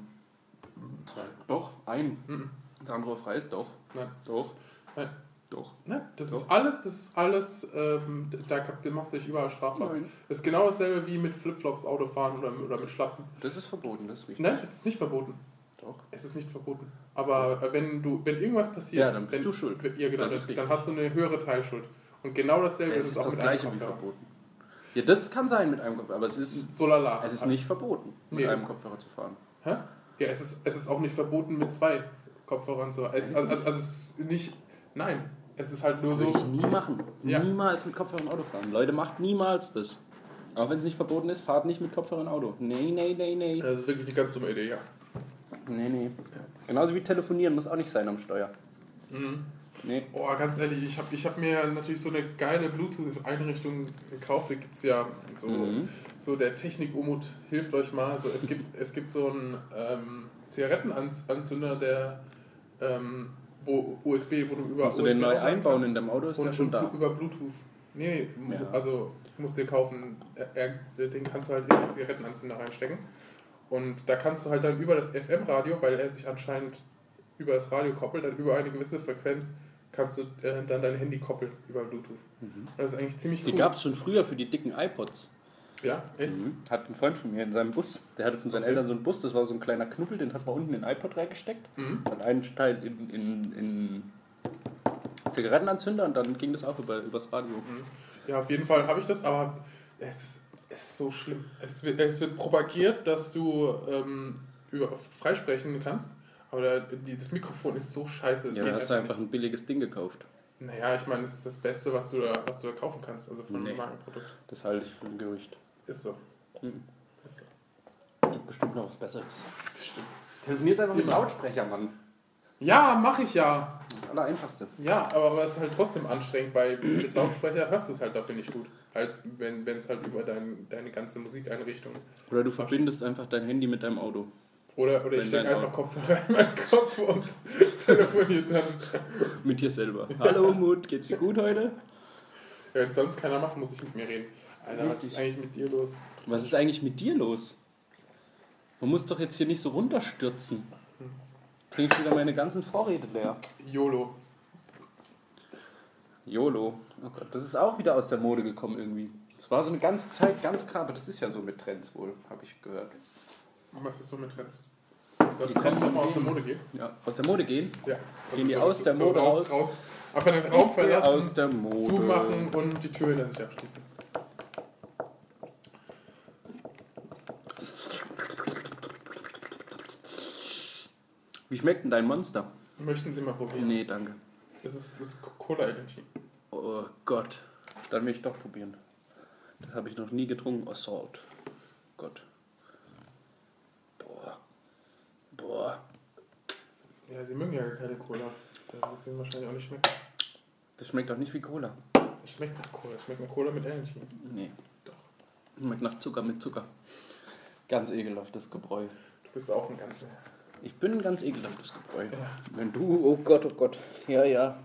Doch, einen. Das andere frei ist doch. Nein. Doch. Nein. Doch. Ne? Das ist alles, da machst du dich überall strafbar. Nein. Das ist genau dasselbe wie mit Flipflops Autofahren oder mit Schlappen. Das ist verboten, das ist richtig. Nein, es ist nicht verboten. Doch. Es ist nicht verboten. Aber wenn irgendwas passiert... Ja, dann bist du schuld. Ja, genau, dann hast du eine höhere Teilschuld. Und genau dasselbe Es ist auch das gleiche wie verboten. Ja, das kann sein mit einem Kopfhörer, aber es ist nicht verboten, mit einem Kopfhörer zu fahren. Hä? Ja, es ist auch nicht verboten mit 2 Kopfhörern. So. Also es ist nicht... Nein, es ist halt nur so... Würde ich nie machen. Ja. Niemals mit Kopfhörern Auto fahren. Leute, macht niemals das. Auch wenn es nicht verboten ist, fahrt nicht mit Kopfhörern Auto. Nee. Das ist wirklich eine ganz dumme Idee, ja. Nee. Genauso wie telefonieren muss auch nicht sein am Steuer. Mhm. Nee. Oh, ganz ehrlich, ich hab mir natürlich so eine geile Bluetooth-Einrichtung gekauft. Da gibt es ja so der Technik-Umut hilft euch mal. Also es gibt so einen Zigarettenanzünder, der wo USB, wo du über Musst du den neu einbauen in deinem Auto, ist der schon da? Über Bluetooth. Nee, Ja. also musst du dir kaufen. Den kannst du halt in den Zigarettenanzünder reinstecken. Und da kannst du halt dann über das FM-Radio, weil er sich anscheinend über das Radio koppelt, dann über eine gewisse Frequenz kannst du dann dein Handy koppeln über Bluetooth. Das ist eigentlich ziemlich cool. Die gab es schon früher für die dicken iPods. Ja, echt? Hat ein Freund von mir in seinem Bus, der hatte von seinen Eltern so einen Bus, das war so ein kleiner Knubbel, den hat man unten in den iPod reingesteckt, hat einen Teil in Zigarettenanzünder und dann ging das auch übers Radio. Ja, auf jeden Fall habe ich das, aber es ist so schlimm. Es wird propagiert, dass du freisprechen kannst, aber das Mikrofon ist so scheiße. Ja, da hast du einfach ein billiges Ding gekauft. Naja, ich meine, es ist das Beste, was du da kaufen kannst, also von einem Markenprodukt. Das halte ich für ein Gerücht. Ist so. Ist so. Gibt bestimmt noch was Besseres. Bestimmt. Telefonierst einfach mit Lautsprecher, Mann. Ja, mache ich ja. Das Allereinfachste. Ja, aber es ist halt trotzdem anstrengend, weil mit Lautsprecher hörst du es halt dafür nicht gut. Als wenn es halt über deine ganze Musikeinrichtung... Oder du verbindest einfach dein Handy mit deinem Auto. Oder ich stecke einfach Kopfhörer in meinen Kopf und telefoniere dann. Mit dir selber. Hallo Mut, geht's dir gut heute? Ja, wenn sonst keiner macht, muss ich mit mir reden. Alter, was ist eigentlich mit dir los? Was ist eigentlich mit dir los? Man muss doch jetzt hier nicht so runterstürzen. Krieg ich wieder meine ganzen Vorräte leer. YOLO. Oh Gott, das ist auch wieder aus der Mode gekommen irgendwie. Es war so eine ganze Zeit ganz klar, aber das ist ja so mit Trends wohl, habe ich gehrt. Was ist so mit Trends? Dass Die Trends auch mal gehen. aus der Mode gehen? Ja, aus der Mode gehen? Ja. Gehen die aus der Mode raus? Einfach den Raum verlassen, aus der Mode. zumachen und die Tür hinter sich abschließen. Wie schmeckt denn dein Monster? Möchten Sie mal probieren? Nee, danke. Das ist Cola Energy. Oh Gott, dann will ich doch probieren. Das habe ich noch nie getrunken. Assault. Gott. Boah. Ja, Sie mögen ja keine Cola. Da wird es Ihnen wahrscheinlich auch nicht schmecken. Das schmeckt auch nicht wie Cola. Es schmeckt nach Cola. Es schmeckt nach Cola mit Energy. Nee. Doch. Schmeckt nach Zucker mit Zucker. Ganz ekelhaftes Gebräu. Du bist auch ein ganz... Ich bin ein ganz ekelhaftes Gebräu. Ja. Wenn du... Oh Gott. Ja.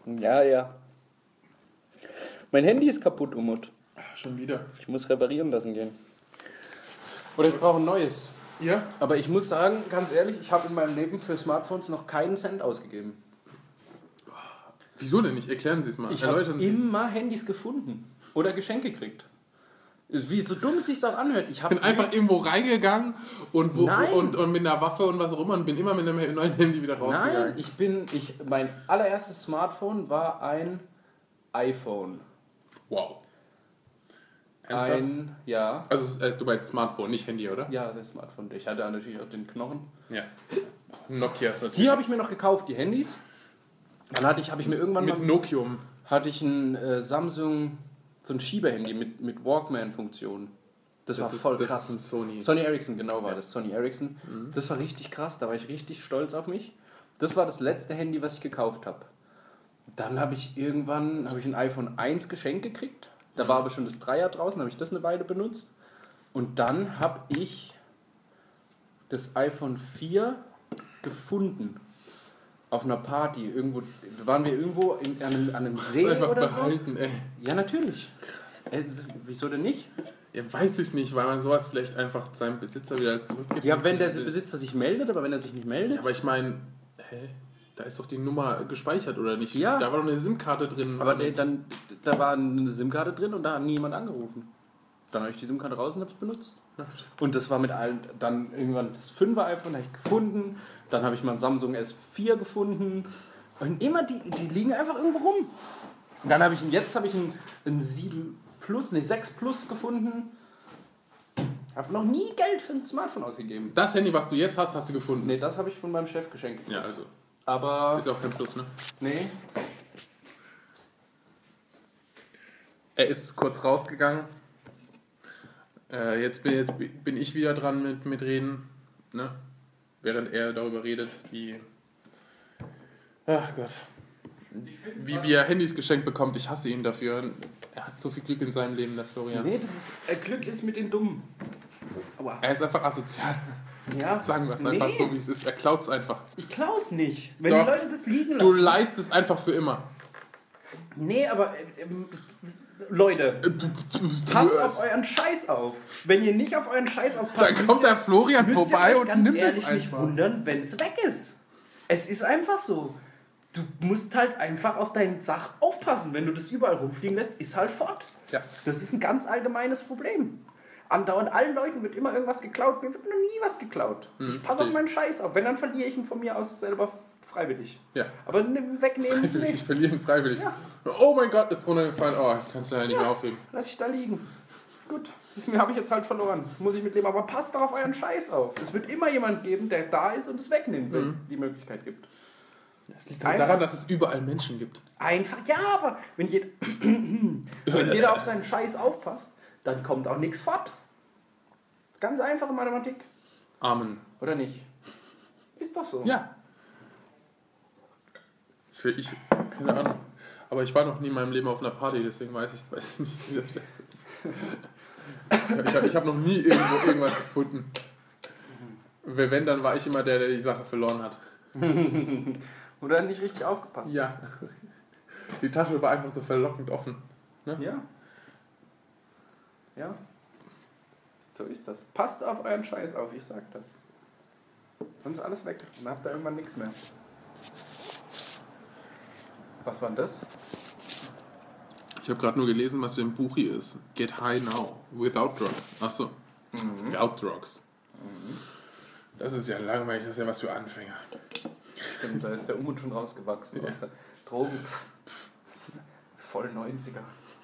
Mein Handy ist kaputt, Umut. Ach, schon wieder. Ich muss reparieren lassen gehen. Oder ich brauche ein neues. Ja? Aber ich muss sagen, ganz ehrlich, ich habe in meinem Leben für Smartphones noch keinen Cent ausgegeben. Wieso denn nicht? Erklären Sie es mal. Ich habe immer Handys gefunden oder Geschenke gekriegt. Wie so dumm es sich auch anhört. Ich bin einfach irgendwo reingegangen und mit einer Waffe und was auch immer und bin immer mit einem neuen Handy wieder rausgegangen. Nein, mein allererstes Smartphone war ein iPhone. Wow. Ja. Also du meinst Smartphone, nicht Handy, oder? Ja, das Smartphone. Ich hatte natürlich auch den Knochen. Ja. Nokia ist natürlich. Die habe ich mir noch gekauft, die Handys. Dann habe ich mir irgendwann mit Nokium. hatte ich ein Samsung, so ein Schieberhandy mit Walkman-Funktion. Das war voll krass. Das ist ein Sony. Sony Ericsson, genau war das. Sony Ericsson. Das war richtig krass, da war ich richtig stolz auf mich. Das war das letzte Handy, was ich gekauft habe. Dann habe ich irgendwann ein iPhone 1 geschenkt gekriegt. Da war aber schon das 3er draußen, habe ich das eine Weile benutzt. Und dann habe ich das iPhone 4 gefunden. Auf einer Party. Irgendwo, waren wir irgendwo an einem See einfach oder behalten, so? ey. Ja, natürlich. Wieso denn nicht? Ja, weiß ich nicht, weil man sowas vielleicht einfach seinem Besitzer wieder zurückgibt. Ja, wenn der Besitzer sich meldet, aber wenn er sich nicht meldet... Ja, aber ich meine, da ist doch die Nummer gespeichert, oder nicht? Ja. Da war doch eine SIM-Karte drin. Aber da war eine SIM-Karte drin und da hat niemand angerufen. Dann habe ich die SIM-Karte raus und habe es benutzt. Und das war mit allen, dann irgendwann das 5er iPhone habe ich gefunden, dann habe ich mal ein Samsung S4 gefunden und immer die liegen einfach irgendwo rum. Und dann habe ich ein 7 Plus, 6 Plus gefunden. Habe noch nie Geld für ein Smartphone ausgegeben. Das Handy, was du jetzt hast, hast du gefunden? Nee, das habe ich von meinem Chef geschenkt. Ja, also. Aber... Ist auch kein Plus, ne? Nee. Er ist kurz rausgegangen. Jetzt bin ich wieder dran mit Reden, ne? Während er darüber redet, ach Gott, wie er Handys geschenkt bekommt. Ich hasse ihn dafür. Er hat so viel Glück in seinem Leben, der Florian. Nee, Glück ist mit den Dummen. Aua. Er ist einfach asozial. Ja. Sagen wir es einfach so, wie es ist. Er klaut es einfach. Ich klau's nicht. Wenn Doch. die Leute das liegen lassen. Du leihst es einfach für immer. Nee, aber Leute, passt auf euren Scheiß auf. Wenn ihr nicht auf euren Scheiß aufpasst, Dann kommt der Florian vorbei und nimmt es nicht einfach. wundern, wenn es weg ist. Es ist einfach so. Du musst halt einfach auf deine Sache aufpassen. Wenn du das überall rumfliegen lässt, ist halt fort. Ja. Das ist ein ganz allgemeines Problem. Andauernd allen Leuten wird immer irgendwas geklaut. Mir wird noch nie was geklaut. Ich passe auf meinen Scheiß auf. Wenn, dann verliere ich ihn von mir aus selber freiwillig. Ja. Aber wegnehmen Ich nicht. verliere ihn freiwillig. Ja. Oh mein Gott, ist runtergefallen. Oh, ich kann es leider nicht mehr aufheben. Lass ich da liegen. Gut, das habe ich jetzt halt verloren. Muss ich mitleben. Aber passt doch auf euren Scheiß auf. Es wird immer jemand geben, der da ist und es wegnimmt, wenn es die Möglichkeit gibt. Es liegt halt daran, dass es überall Menschen gibt. Einfach, ja, aber wenn jeder auf seinen Scheiß aufpasst, dann kommt auch nichts fort. Ganz einfache Mathematik. Amen. Oder nicht? Ist doch so. Ja. Ich keine Ahnung. Aber ich war noch nie in meinem Leben auf einer Party, deswegen weiß ich nicht, wie das ist. Ich habe noch nie irgendwas gefunden. Wenn, dann war ich immer der die Sache verloren hat. Oder nicht richtig aufgepasst. Ja. Die Tasche war einfach so verlockend offen. Ne? Ja. Ja. So ist das. Passt auf euren Scheiß auf, ich sag das. Sonst alles weg. Dann habt ihr irgendwann nichts mehr. Was war denn das? Ich habe gerade nur gelesen, was für ein Buch hier ist. Get High Now, Without Drugs. Achso. Without Drugs. Das ist ja langweilig, das ist ja was für Anfänger. Stimmt, da ist der Umut schon rausgewachsen. Ja. Aus der Drogen. Voll 90er.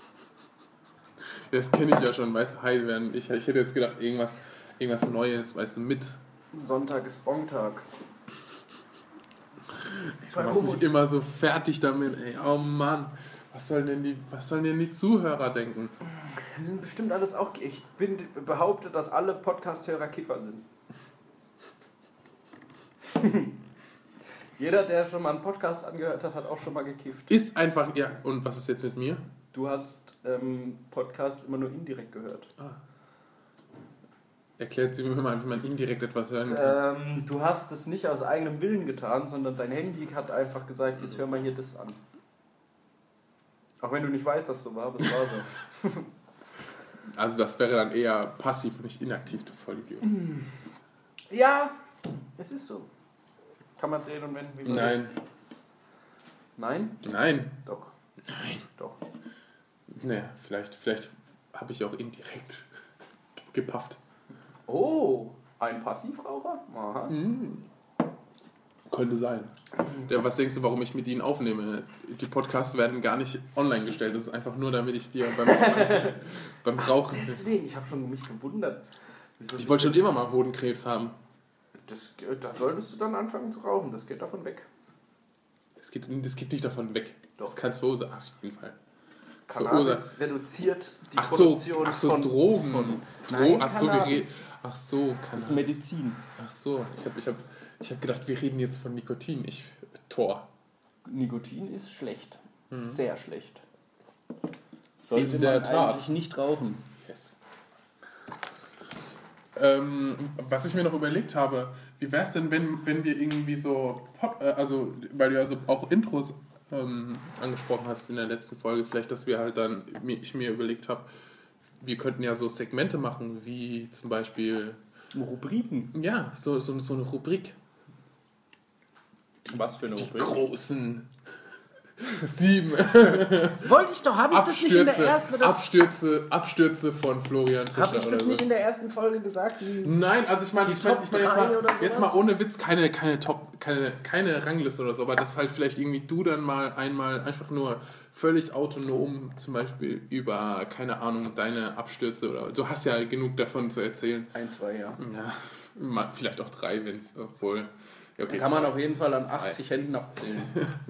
Das kenne ich ja schon, weißt du, high werden. Ich hätte jetzt gedacht, irgendwas Neues, weißt du, mit. Sonntag ist Bontag. Du machst mich immer so fertig damit, ey. Oh Mann. Was sollen denn die Zuhörer denken? Die sind bestimmt alles auch... Ich behaupte, dass alle Podcast-Hörer Kiffer sind. Jeder, der schon mal einen Podcast angehört hat, hat auch schon mal gekifft. Ist einfach, ja. Und was ist jetzt mit mir? Du hast Podcast immer nur indirekt gehört. Erklärt sie mir mal, wie man indirekt etwas hören kann. Du hast es nicht aus eigenem Willen getan, sondern dein Handy hat einfach gesagt, jetzt hör mal hier das an. Auch wenn du nicht weißt, dass es so war, aber es war so. Also das wäre dann eher passiv und nicht inaktiv, du Vollidiot. Ja, es ist so. Kann man drehen und wenden, wie man Nein. will. Nein? Nein. Doch. Nein. Doch. Naja, vielleicht habe ich auch indirekt gepafft. Oh, ein Passivraucher? Aha. Könnte sein. Ja, was denkst du, warum ich mit ihnen aufnehme? Die Podcasts werden gar nicht online gestellt. Das ist einfach nur, damit ich dir beim Rauchen... Deswegen, ich habe schon mich gewundert. Ich wollte schon immer mal Hodenkrebs haben. Da solltest du dann anfangen zu rauchen. Das geht davon weg. Das geht nicht davon weg. Doch. Das kann es verursachen, auf jeden Fall. Cannabis reduziert die Produktion von Drogen. Cannabis. Cannabis. Das ist Medizin. Ach so, ich hab gedacht, wir reden jetzt von Nikotin. Tor. Nikotin ist schlecht. Sehr schlecht. Sollte In der man Tat. eigentlich nicht rauchen. Yes. Was ich mir noch überlegt habe, wie wäre es denn, wenn wir irgendwie so, weil du ja so auch Intros angesprochen hast in der letzten Folge, vielleicht, dass wir halt dann, ich mir überlegt habe, wir könnten ja so Segmente machen, wie zum Beispiel... Rubriken? Ja, so eine Rubrik. Was für eine Die Rubrik? großen 7 Wollte ich doch, habe ich das nicht in der ersten oder Abstürze von Florian Fischer. Habe ich das nicht in der ersten Folge gesagt? Nein, also ich meine Top 3 oder sowas? jetzt mal ohne Witz, keine Rangliste oder so, aber dass halt vielleicht irgendwie du dann mal einmal einfach nur völlig autonom zum Beispiel über, keine Ahnung, deine Abstürze oder du hast ja genug davon zu erzählen. 1, 2, ja. Ja, vielleicht auch 3, wenn es wohl... Okay, kann man auf jeden Fall an 80 Händen abzählen.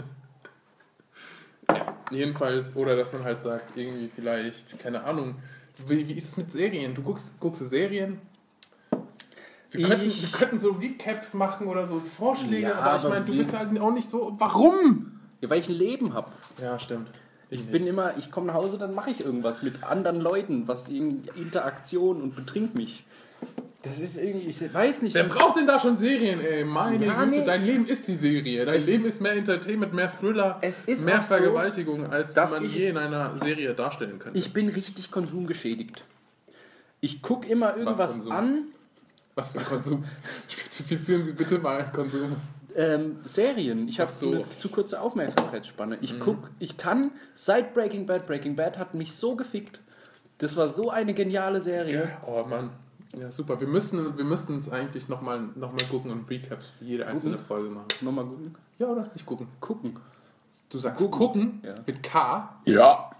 Jedenfalls, oder dass man halt sagt, irgendwie vielleicht, keine Ahnung, wie ist es mit Serien? Du guckst du Serien? Wir könnten so Recaps machen oder so Vorschläge, Ja, aber ich aber meine, du bist halt auch nicht so... Warum? Ja, weil ich ein Leben habe. Ja, stimmt. Ich komme nach Hause, dann mache ich irgendwas mit anderen Leuten, was in Interaktion und betrink mich. Das ist irgendwie, ich weiß nicht. Wer braucht denn da schon Serien, ey? Meine Güte, nee. dein Leben ist die Serie. Dein Leben ist mehr Entertainment, mehr Thriller, Es ist mehr auch so, Vergewaltigung, als dass man je in einer Serie darstellen könnte. Ich bin richtig konsumgeschädigt. Ich gucke immer irgendwas Konsum? an. Was für ein Konsum? Spezifizieren Sie bitte mal Konsum. Serien. Ich habe so. eine zu kurze Aufmerksamkeitsspanne. Ich kann, seit Breaking Bad hat mich so gefickt. Das war so eine geniale Serie. Oh Mann. Ja, super. Wir müssen es eigentlich nochmal gucken und Recaps für jede einzelne Folge machen. Nochmal gucken? Ja, oder? Nicht gucken. Gucken. Du sagst gucken Ja. mit K? Ja.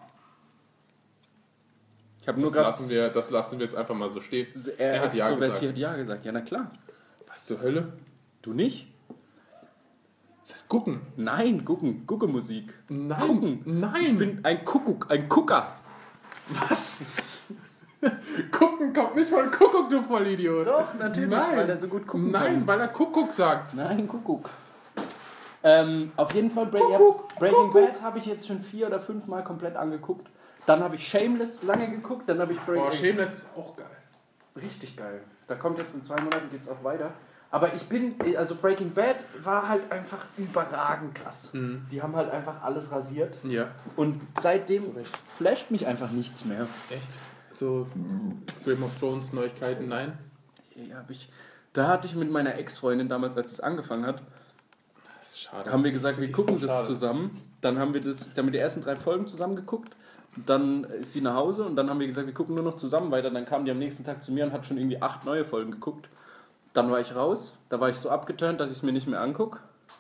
Ich habe nur Das gerade... lassen wir jetzt einfach mal so stehen. Er hat ja extrovertiert ja gesagt. Ja, na klar. Was zur Hölle? Du nicht? Das heißt gucken. Nein, gucken. Gucke-Musik. Nein. Gucken. Nein. Ich bin ein Kuckuck, ein Gucker. Was? Gucken kommt nicht von Kuckuck, du Vollidiot. Doch, natürlich, Nein. weil er so gut gucken Nein, kann. weil er Kuckuck sagt. Nein, Kuckuck. Auf jeden Fall, Kuckuck, Breaking Bad habe ich jetzt schon 4 oder 5 Mal komplett angeguckt. Dann habe ich Shameless lange geguckt, dann habe ich Oh, Shameless ist auch geil. Richtig geil. Da kommt jetzt in 2 Monaten geht's auch weiter. Aber Breaking Bad war halt einfach überragend krass. Die haben halt einfach alles rasiert. Ja. Und seitdem flasht mich einfach nichts mehr. Echt? So Game of Thrones Neuigkeiten, nein? Ja, da hatte ich mit meiner Ex-Freundin damals, als es angefangen hat, Das ist schade. haben wir gesagt, wir gucken so das schade. zusammen. Dann haben wir die ersten 3 Folgen zusammen geguckt. Dann ist sie nach Hause und dann haben wir gesagt, wir gucken nur noch zusammen weiter. Dann kam die am nächsten Tag zu mir und hat schon irgendwie 8 neue Folgen geguckt. Dann war ich raus. Da war ich so abgeturnt, dass ich es mir nicht mehr angucke.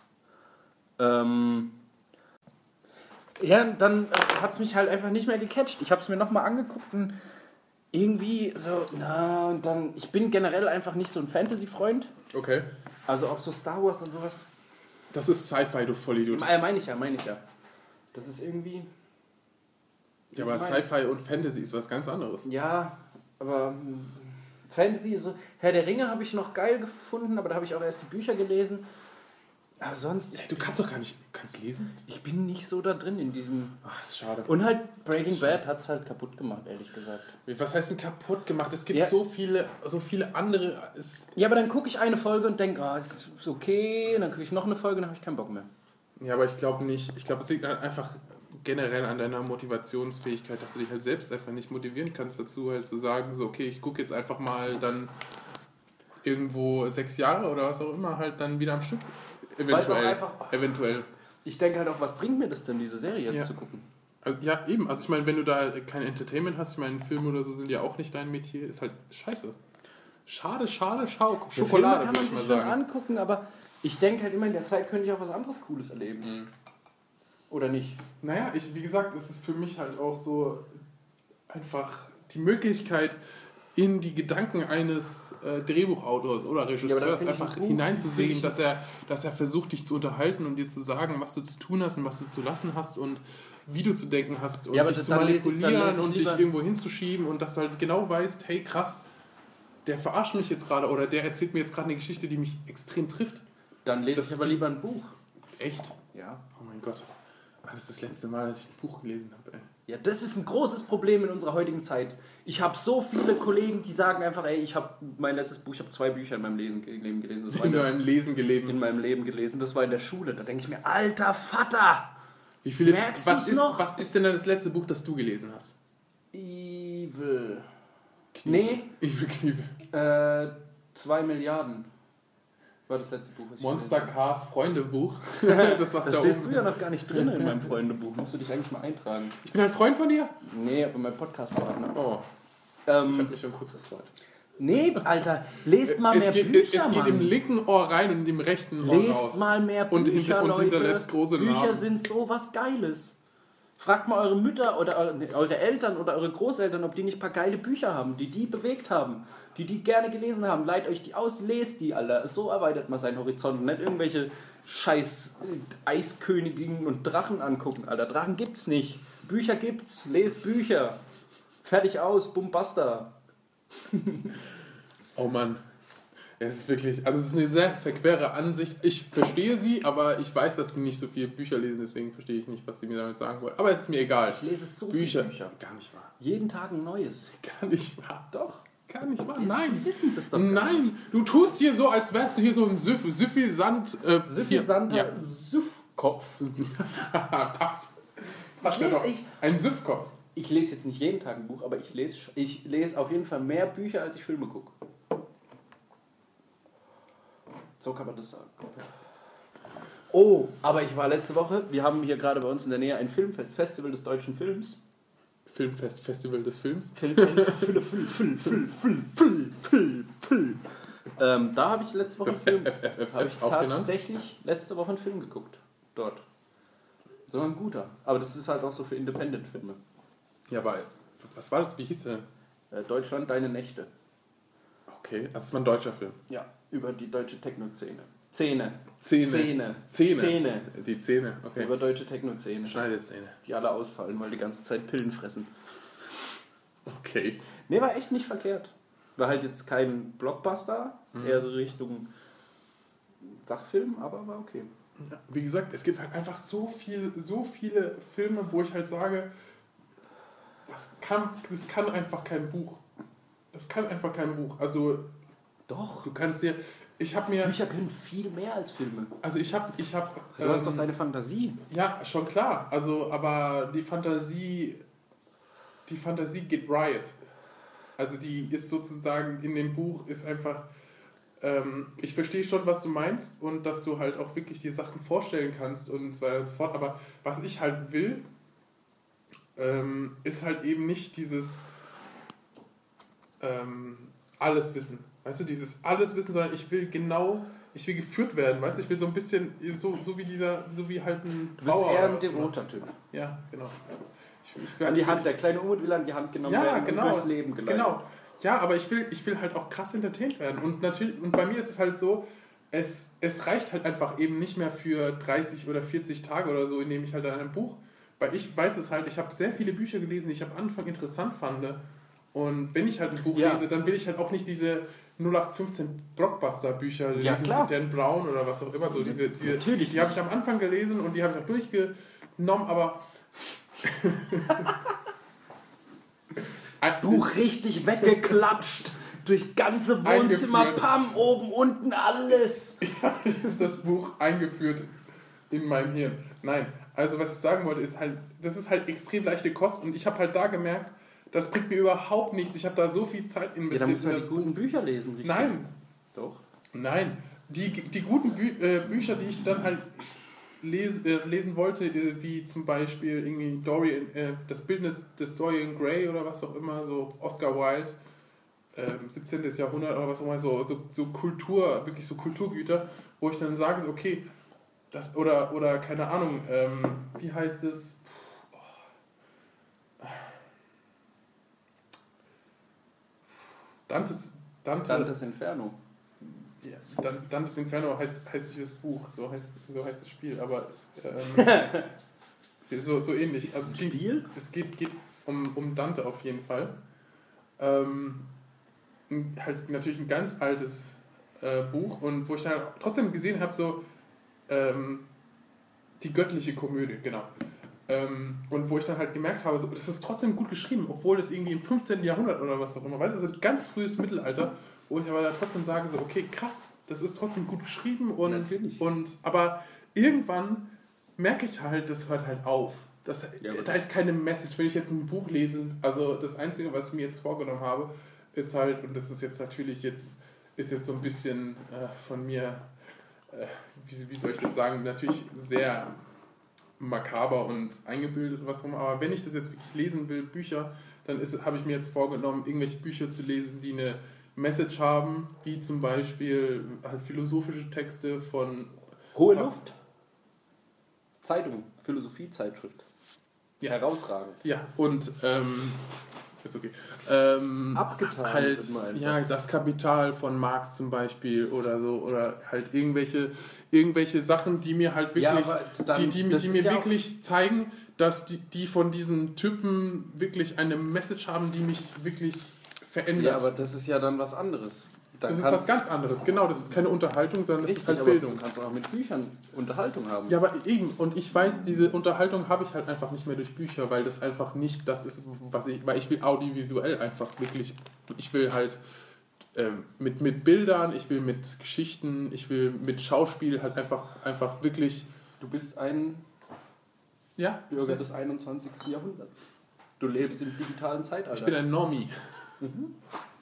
Ja, dann hat es mich halt einfach nicht mehr gecatcht. Ich habe es mir nochmal angeguckt und irgendwie so, und dann, ich bin generell einfach nicht so ein Fantasy-Freund. Okay. Also auch so Star Wars und sowas. Das ist Sci-Fi, du Vollidiot. Meine ich ja. Das ist irgendwie... Ja, aber Sci-Fi und Fantasy ist was ganz anderes. Ja, aber Fantasy ist so... Herr der Ringe habe ich noch geil gefunden, aber da habe ich auch erst die Bücher gelesen. Aber sonst... Du kannst doch gar nicht... Kannst lesen? Ich bin nicht so da drin in diesem... Ach, ist schade. Und halt Breaking Bad hat es halt kaputt gemacht, ehrlich gesagt. Was heißt denn kaputt gemacht? Es gibt Ja. so viele andere... Ja, aber dann gucke ich eine Folge und denke, es ist okay. Und dann gucke ich noch eine Folge und dann habe ich keinen Bock mehr. Ja, aber ich glaube nicht. Ich glaube, es liegt einfach generell an deiner Motivationsfähigkeit, dass du dich halt selbst einfach nicht motivieren kannst dazu, halt zu sagen, so, okay, ich gucke jetzt einfach mal dann irgendwo 6 Jahre oder was auch immer halt dann wieder am Stück. Eventuell. Ich denke halt auch, was bringt mir das denn, diese Serie jetzt Ja. zu gucken? Also, ja, eben. Also ich meine, wenn du da kein Entertainment hast, ich meine, Filme oder so sind ja auch nicht dein Metier, ist halt scheiße. Schade, Schokolade, Filme kann würde man ich sich mal schon sagen. angucken, aber ich denke halt immer, in der Zeit könnte ich auch was anderes Cooles erleben. Oder nicht? Naja, wie gesagt, es ist für mich halt auch so einfach die Möglichkeit, in die Gedanken eines Drehbuchautors oder Regisseurs einfach hineinzusehen, dass er versucht, dich zu unterhalten und dir zu sagen, was du zu tun hast und was du zu lassen hast und wie du zu denken hast und dich zu manipulieren und dich irgendwo hinzuschieben und dass du halt genau weißt, hey krass, der verarscht mich jetzt gerade oder der erzählt mir jetzt gerade eine Geschichte, die mich extrem trifft. Dann lese ich aber lieber ein Buch. Echt? Ja. Oh mein Gott. Das ist das letzte Mal, dass ich ein Buch gelesen habe, ey. Ja, das ist ein großes Problem in unserer heutigen Zeit. Ich habe so viele Kollegen, die sagen einfach, ey, ich habe mein letztes Buch, ich habe 2 Bücher in meinem Leben gelesen. Das war in meinem Leben gelesen. Das war in der Schule. Da denke ich mir, alter Vater! Wie viele, merkst du es noch? Was ist denn das letzte Buch, das du gelesen hast? Evil. Knievel. Nee. Evil Knievel. 2 Milliarden. War das letzte Buch. Monster Cars Freundebuch. Das, was da stehst du ja noch gar nicht drin in meinem Freundebuch. Musst du dich eigentlich mal eintragen. Ich bin ein Freund von dir? Nee, aber mein Podcast-Partner. Oh. Ich habe mich schon kurz gefreut. Nee, Alter, lest mal mehr Bücher, Es geht im linken Ohr rein und im rechten Ohr raus. Lest mal mehr Bücher, und hinterlässt große Namen. Bücher sind so was Geiles. Fragt mal eure Mütter oder eure Eltern oder eure Großeltern, ob die nicht ein paar geile Bücher haben, die bewegt haben, die gerne gelesen haben. Leiht euch die aus, lest die, Alter. So erweitert man seinen Horizont. Nicht irgendwelche scheiß Eisköniginnen und Drachen angucken, Alter. Drachen gibt's nicht. Bücher gibt's. Lest Bücher. Fertig aus. Bum, basta. Oh Mann. Es ist wirklich, also es ist eine sehr verquere Ansicht. Ich verstehe sie, aber ich weiß, dass sie nicht so viele Bücher lesen, deswegen verstehe ich nicht, was sie mir damit sagen wollen. Aber es ist mir egal. Ich lese so viele Bücher. Gar nicht wahr. Jeden Tag ein neues. Gar nicht wahr. Doch. Gar nicht wahr. Ja, nein. Sie wissen das doch gar nicht. Du tust hier so, als wärst du hier so ein Süffisant. Süffisanter Süffkopf. Passt. Passt ja doch. Ein Süffkopf. Ich lese jetzt nicht jeden Tag ein Buch, aber ich lese auf jeden Fall mehr Bücher, als ich Filme gucke. So kann man das sagen. Oh, aber ich war letzte Woche, wir haben hier gerade bei uns in der Nähe ein Filmfest, Festival des deutschen Films. Festival des Films? Da habe ich letzte Woche letzte Woche einen Film geguckt. Dort. So ein guter. Aber das ist halt auch so für Independent-Filme. Ja, aber was war das? Wie hieß der denn? Deutschland, deine Nächte. Okay, das ist mal ein deutscher Film. Ja, über die deutsche Techno-Szene. Zähne. Die Zähne, okay. Über deutsche Techno-Szene. Schneidezähne. Die alle ausfallen, weil die ganze Zeit Pillen fressen. Okay. Nee, war echt nicht verkehrt. War halt jetzt kein Blockbuster, eher so Richtung Sachfilm, aber war okay. Ja, wie gesagt, es gibt halt einfach so viele Filme, wo ich halt sage, das kann einfach kein Buch. Das kann einfach kein Buch. Also, doch. Du kannst dir... Bücher können viel mehr als Filme. Also ich habe du hast doch deine Fantasie. Ja, schon klar. Also, aber die Fantasie geht riot. Also die ist sozusagen in dem Buch ist einfach... ich verstehe schon, was du meinst und dass du halt auch wirklich die Sachen vorstellen kannst und so weiter und so fort. Aber was ich halt will, ist halt eben nicht dieses alles wissen. Weißt du, dieses alles wissen, sondern ich will geführt werden, weißt du, ich will so ein bisschen, so wie halt ein Du bist Bauer eher ein devoter Typ. Ja, genau. Der kleine Umut will an die Hand genommen werden und durchs Leben geleitet. Genau. Ja, aber ich will halt auch krass entertained werden. Und natürlich, und bei mir ist es halt so, es reicht halt einfach eben nicht mehr für 30 oder 40 Tage oder so, indem ich halt an einem Buch, weil ich weiß es halt, ich habe sehr viele Bücher gelesen, die ich am Anfang interessant fand. Und wenn ich halt ein Buch lese, dann will ich halt auch nicht diese 0815 Blockbuster-Bücher lesen mit Dan Brown oder was auch immer. So die habe ich am Anfang gelesen und die habe ich auch durchgenommen, aber das Buch richtig weggeklatscht. Durch ganze Wohnzimmer, pam, oben, unten, alles. Ja, ich habe das Buch eingeführt in meinem Hirn. Nein, also was ich sagen wollte, ist halt, das ist halt extrem leichte Kost und ich habe halt da gemerkt, das bringt mir überhaupt nichts. Ich habe da so viel Zeit investiert. Ja, da musst du halt die guten Bücher lesen, richtig? Nein. Doch? Nein. Die guten Bücher, die ich dann halt lesen wollte, wie zum Beispiel irgendwie das Bildnis des Dorian Gray oder was auch immer, so Oscar Wilde, 17. Jahrhundert oder was auch immer, so Kultur, wirklich so Kulturgüter, wo ich dann sage, okay, das oder keine Ahnung, wie heißt es? Dantes Inferno. Ja, Dantes Inferno heißt nicht das Buch, so heißt das Spiel, aber so ähnlich. Ist Also es ein Spiel? Es geht um Dante auf jeden Fall. Halt natürlich ein ganz altes Buch und wo ich dann trotzdem gesehen habe, so die göttliche Komödie, genau. Und wo ich dann halt gemerkt habe, so, das ist trotzdem gut geschrieben, obwohl das irgendwie im 15. Jahrhundert oder was auch immer, weißt du, also ganz frühes Mittelalter, wo ich aber da trotzdem sage, so, okay, krass, das ist trotzdem gut geschrieben aber irgendwann merke ich halt, das hört halt auf. Da ist keine Message. Wenn ich jetzt ein Buch lese, also das Einzige, was ich mir jetzt vorgenommen habe, ist halt, und das ist jetzt natürlich ist jetzt so ein bisschen von mir, wie soll ich das sagen, natürlich sehr makaber und eingebildet, was auch immer, aber wenn ich das jetzt wirklich lesen will, Bücher, dann habe ich mir jetzt vorgenommen, irgendwelche Bücher zu lesen, die eine Message haben, wie zum Beispiel halt philosophische Texte von Hohe Luft. Zeitung, Philosophiezeitschrift. Ja. Herausragend. Ja, und ist okay. Abgetan. Halt, ja, das Kapital von Marx zum Beispiel oder so, oder halt irgendwelche Sachen, die mir halt wirklich, die mir wirklich zeigen, dass die von diesen Typen wirklich eine Message haben, die mich wirklich verändert. Ja, aber das ist ja dann was anderes. Das ist was ganz anderes, genau, das ist keine Unterhaltung, sondern das ist halt Bildung. Du kannst auch mit Büchern Unterhaltung haben. Ja, aber eben, und ich weiß, diese Unterhaltung habe ich halt einfach nicht mehr durch Bücher, weil das einfach nicht das ist, weil ich will audiovisuell einfach wirklich, ich will halt mit Bildern, ich will mit Geschichten, ich will mit Schauspiel halt einfach wirklich... Du bist ein Bürger des 21. Jahrhunderts. Du lebst im digitalen Zeitalter. Ich bin ein Normie. Mhm.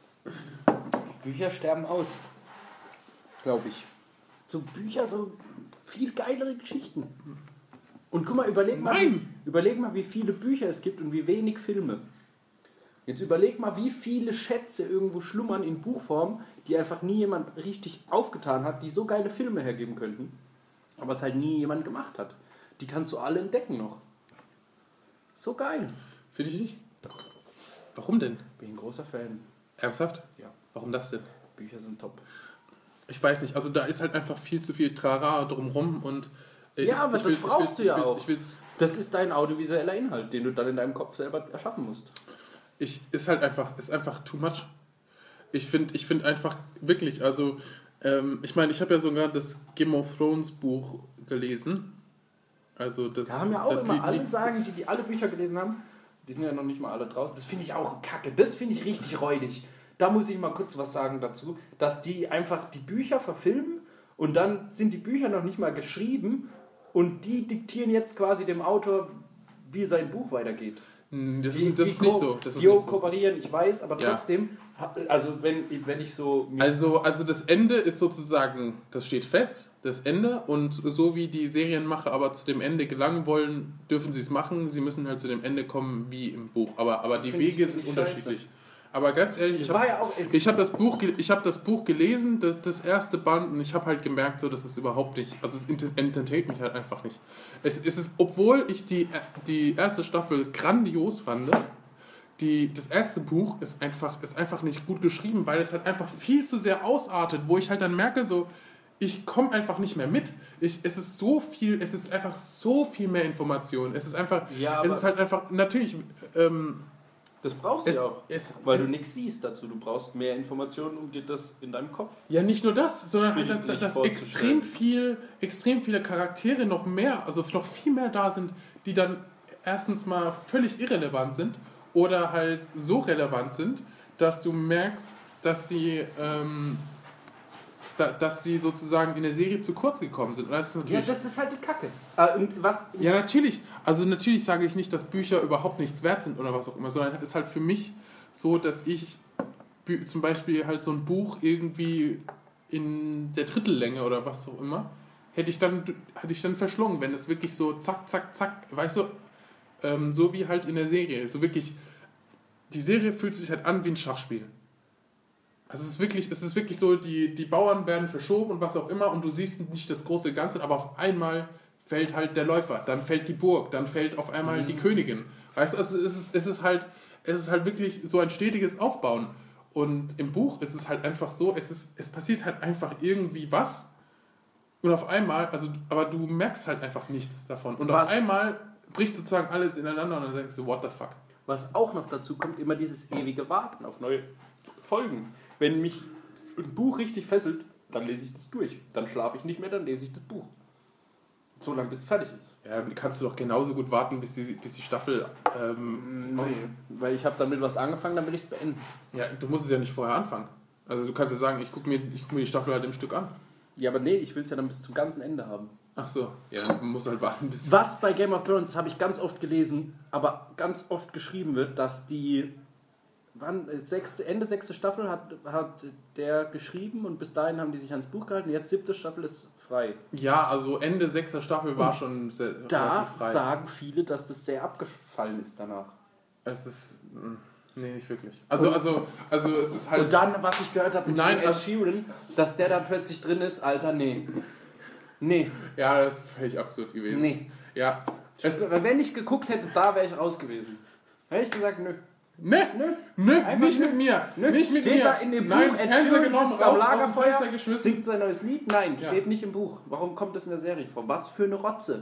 Bücher sterben aus, glaube ich. So Bücher, so viel geilere Geschichten. Und guck mal, überleg mal, wie viele Bücher es gibt und wie wenig Filme. Jetzt überleg mal, wie viele Schätze irgendwo schlummern in Buchform, die einfach nie jemand richtig aufgetan hat, die so geile Filme hergeben könnten, aber es halt nie jemand gemacht hat. Die kannst du alle entdecken noch. So geil. Finde ich nicht? Doch. Warum denn? Bin ein großer Fan. Ernsthaft? Ja. Warum das denn? Bücher sind top. Ich weiß nicht, also da ist halt einfach viel zu viel Trara drumrum und... aber das brauchst du ja auch. Das ist dein audiovisueller Inhalt, den du dann in deinem Kopf selber erschaffen musst. Ist einfach too much. Ich finde einfach wirklich, also ich meine, ich habe ja sogar das Game of Thrones Buch gelesen. Also das... Da haben ja auch immer alle sagen, die alle Bücher gelesen haben, die sind ja noch nicht mal alle draußen. Das finde ich auch kacke. Das finde ich richtig räudig. Da muss ich mal kurz was sagen dazu, dass die einfach die Bücher verfilmen und dann sind die Bücher noch nicht mal geschrieben und die diktieren jetzt quasi dem Autor, wie sein Buch weitergeht. Das ist nicht so. Kooperieren, ich weiß, aber trotzdem, also wenn ich so... Also das Ende ist sozusagen, das steht fest, das Ende, und so wie die Serienmacher aber zu dem Ende gelangen wollen, dürfen sie es machen, sie müssen halt zu dem Ende kommen wie im Buch, aber die Wege sind unterschiedlich. Aber ganz ehrlich, ich habe das Buch gelesen, das erste Band, und ich habe halt gemerkt, so, dass es überhaupt nicht, also es entertaint mich halt einfach nicht. Es ist, obwohl ich die erste Staffel grandios fand, das erste Buch ist einfach nicht gut geschrieben, weil es halt einfach viel zu sehr ausartet, wo ich halt dann merke, so, ich komme einfach nicht mehr mit. Es ist einfach so viel mehr Information. Es ist halt einfach, natürlich... Das brauchst du ja auch, weil du nichts siehst dazu. Du brauchst mehr Informationen, um dir das in deinem Kopf... Ja, nicht nur das, sondern halt, dass extrem viele Charaktere noch viel mehr da sind, die dann erstens mal völlig irrelevant sind oder halt so relevant sind, dass du merkst, dass sie sozusagen in der Serie zu kurz gekommen sind. Das ist halt die Kacke. Und was? Ja, natürlich. Also natürlich sage ich nicht, dass Bücher überhaupt nichts wert sind oder was auch immer, sondern es ist halt für mich so, dass ich zum Beispiel halt so ein Buch irgendwie in der Drittellänge oder was auch immer, hätte ich dann verschlungen, wenn es wirklich so zack, zack, zack, weißt du, so wie halt in der Serie. So wirklich, die Serie fühlt sich halt an wie ein Schachspiel. Also es ist wirklich so, die Bauern werden verschoben und was auch immer und du siehst nicht das große Ganze, aber auf einmal fällt halt der Läufer, dann fällt die Burg, dann fällt auf einmal die Königin. Weißt du, also es ist halt wirklich so ein stetiges Aufbauen. Und im Buch ist es halt einfach so, es passiert halt einfach irgendwie was und auf einmal, aber du merkst halt einfach nichts davon. Und auf einmal bricht sozusagen alles ineinander und dann denkst du, what the fuck. Was auch noch dazu kommt, immer dieses ewige Warten auf neue Folgen. Wenn mich ein Buch richtig fesselt, dann lese ich das durch. Dann schlafe ich nicht mehr, dann lese ich das Buch. So lange, bis es fertig ist. Ja, dann kannst du doch genauso gut warten, bis die Staffel weil ich habe damit was angefangen, dann will ich es beenden. Ja, du musst es ja nicht vorher anfangen. Also du kannst ja sagen, ich guck mir die Staffel halt im Stück an. Ja, aber nee, ich will es ja dann bis zum ganzen Ende haben. Ach so, ja, dann musst du halt warten, bis... Was bei Game of Thrones, das habe ich ganz oft gelesen, aber ganz oft geschrieben wird, dass die... Ende 6. Staffel hat der geschrieben und bis dahin haben die sich ans Buch gehalten. Jetzt 7. Staffel ist frei. Ja, also Ende 6. Staffel war schon sehr relativ frei. Da sagen viele, dass das sehr abgefallen ist danach. Es ist... Nee, nicht wirklich. Also es ist halt... Und dann, was ich gehört habe mit Ed Sheeran, dass der da plötzlich drin ist, Alter, nee. Ja, das ist völlig absurd gewesen. Nee. Ja. Wenn ich geguckt hätte, da wäre ich raus gewesen. Hätte ich gesagt, nö. Nö, nicht mit mir. Nicht mit steht mir. Da in dem Buch, Nein, Ed Sheeran sitzt am Lagerfeuer, geschmissen. singt sein neues Lied? Nein, steht nicht im Buch. Warum kommt das in der Serie vor? Was für eine Rotze.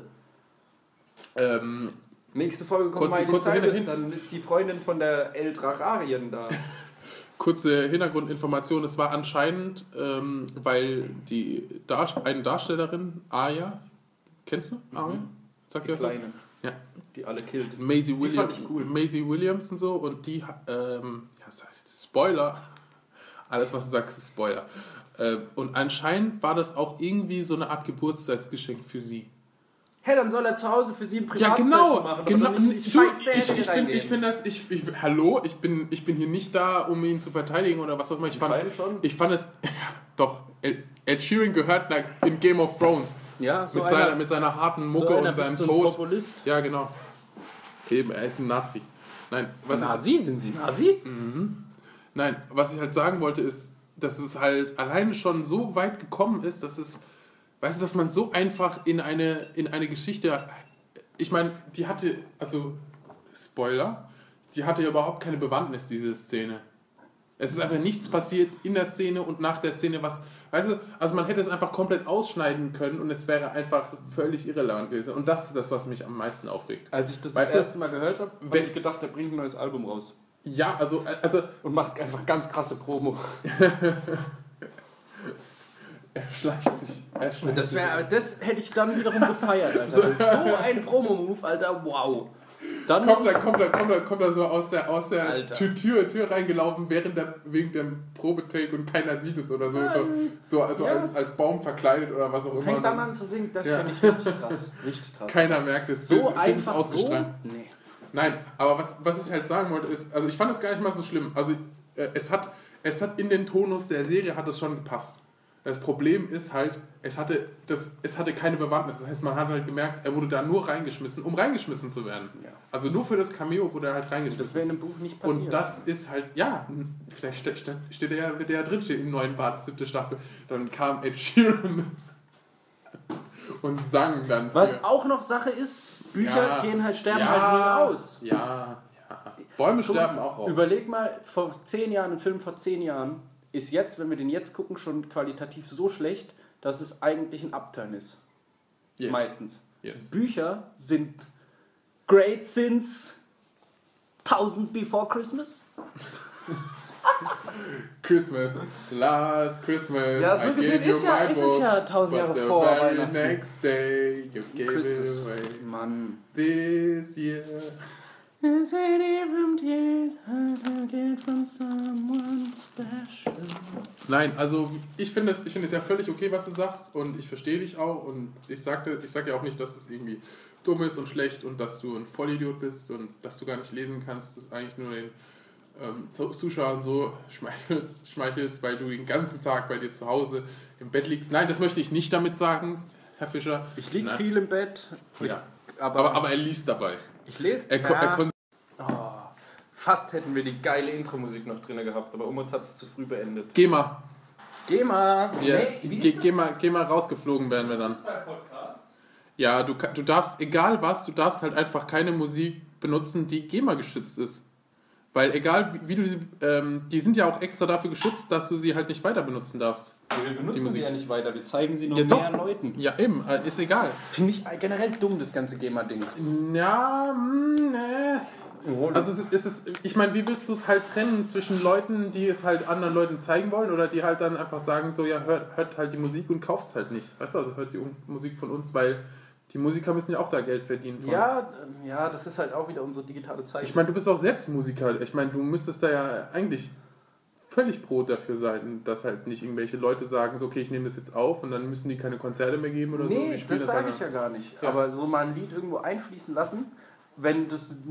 Nächste Folge kommt Miley Cyrus, dann ist die Freundin von der El Dracharien da. Kurze Hintergrundinformation, es war anscheinend, weil eine Darstellerin, Arya, kennst du Arya? Sagt die Kleine. Ja. Die alle killt. Maisie fand ich cool. Maisie Williams und so und die, Spoiler, alles was du sagst ist Spoiler. Und anscheinend war das auch irgendwie so eine Art Geburtstagsgeschenk für sie. Hey, dann soll er zu Hause für sie ein Privatsession machen. Genau. Ich finde das, hallo, ich bin hier nicht da, um ihn zu verteidigen oder was auch immer. Ich fand es, doch, Ed Sheeran gehört in Game of Thrones. Ja, so mit seiner harten Mucke und seinem Tod. Populist. Ja, genau. Eben, er ist ein Nazi. Nein, Sind Sie Nazi? Mhm. Nein, was ich halt sagen wollte ist, dass es halt alleine schon so weit gekommen ist, dass es, weißt du, dass man so einfach in eine Geschichte, ich meine, die hatte, also Spoiler, die hatte ja überhaupt keine Bewandtnis, diese Szene. Es ist einfach nichts passiert in der Szene und nach der Szene, was, weißt du, also man hätte es einfach komplett ausschneiden können und es wäre einfach völlig irrelevant gewesen. Und das ist das, was mich am meisten aufregt. Als ich das erste Mal gehört habe, habe ich gedacht, der bringt ein neues Album raus. Ja, also und macht einfach ganz krasse Promo. Er schleicht sich. Das hätte ich dann wiederum gefeiert, Alter. So ein Promo-Move, Alter, wow. Dann kommt er so aus der Tür reingelaufen wegen dem Probetake und keiner sieht es oder so als Baum verkleidet oder was auch immer. Fängt dann an zu singen, das finde ich richtig krass. Richtig krass. Keiner merkt es. So einfach ausgestrahlt. So? Nee. Nein, aber was ich halt sagen wollte ist, also ich fand es gar nicht mal so schlimm. Also es hat in den Tonus der Serie hat es schon gepasst. Das Problem ist halt, es hatte keine Bewandtnis. Das heißt, man hat halt gemerkt, er wurde da nur reingeschmissen, um reingeschmissen zu werden. Ja. Also nur für das Cameo wurde er halt reingeschmissen. Das wäre in dem Buch nicht passiert. Und das ist halt, ja, vielleicht wird der drinstehen im neuen Bad, 7. Staffel. Dann kam Ed Sheeran und sang dann. Was auch noch Sache ist, Bücher sterben halt nie aus. Ja. Bäume sterben auch aus. Überleg mal, vor 10 Jahren, ein Film vor 10 Jahren, ist jetzt, wenn wir den jetzt gucken, schon qualitativ so schlecht, dass es eigentlich ein Upturn ist. Yes. Meistens. Yes. Bücher sind great since 1000 before Christmas. Christmas, last Christmas. Ja, so gesehen ist es ja 1000 Jahre vor Weihnachten. Next day you gave Christmas. it away. Mann. This year. Is any from tears I get from someone special? Nein, also ich finde es ja völlig okay, was du sagst und ich verstehe dich auch und ich sag ja auch nicht, dass es irgendwie dumm ist und schlecht und dass du ein Vollidiot bist und dass du gar nicht lesen kannst, das ist eigentlich nur den Zuschauern so schmeichelst, weil du den ganzen Tag bei dir zu Hause im Bett liegst. Nein, das möchte ich nicht damit sagen, Herr Fischer. Ich liege viel im Bett. Ja. Aber er liest dabei. Ich lese. Fast hätten wir die geile Intro-Musik noch drin gehabt, aber Umut hat es zu früh beendet. Geh mal. Ja, geh mal rausgeflogen werden wir dann. Ja, du darfst, egal was, du darfst halt einfach keine Musik benutzen, die GEMA geschützt ist. Weil egal, wie du sie, die sind ja auch extra dafür geschützt, dass du sie halt nicht weiter benutzen darfst. Wir benutzen sie ja nicht weiter, wir zeigen sie nur Ja, mehr doch. Leuten. Ja, eben, ist egal. Finde ich generell dumm, das ganze GEMA-Ding. Ja, Also ich meine, wie willst du es halt trennen zwischen Leuten, die es halt anderen Leuten zeigen wollen oder die halt dann einfach sagen, so ja, hört halt die Musik und kauft es halt nicht. Weißt du, also hört die Musik von uns, weil die Musiker müssen ja auch da Geld verdienen. Ja, das ist halt auch wieder unsere digitale Zeit. Ich meine, du bist auch selbst Musiker. Ich meine, du müsstest da ja eigentlich völlig Brot dafür sein, dass halt nicht irgendwelche Leute sagen, so okay, ich nehme das jetzt auf und dann müssen die keine Konzerte mehr geben oder so. Nee, das sage ich ja gar nicht. Ja. Aber so mal ein Lied irgendwo einfließen lassen, wenn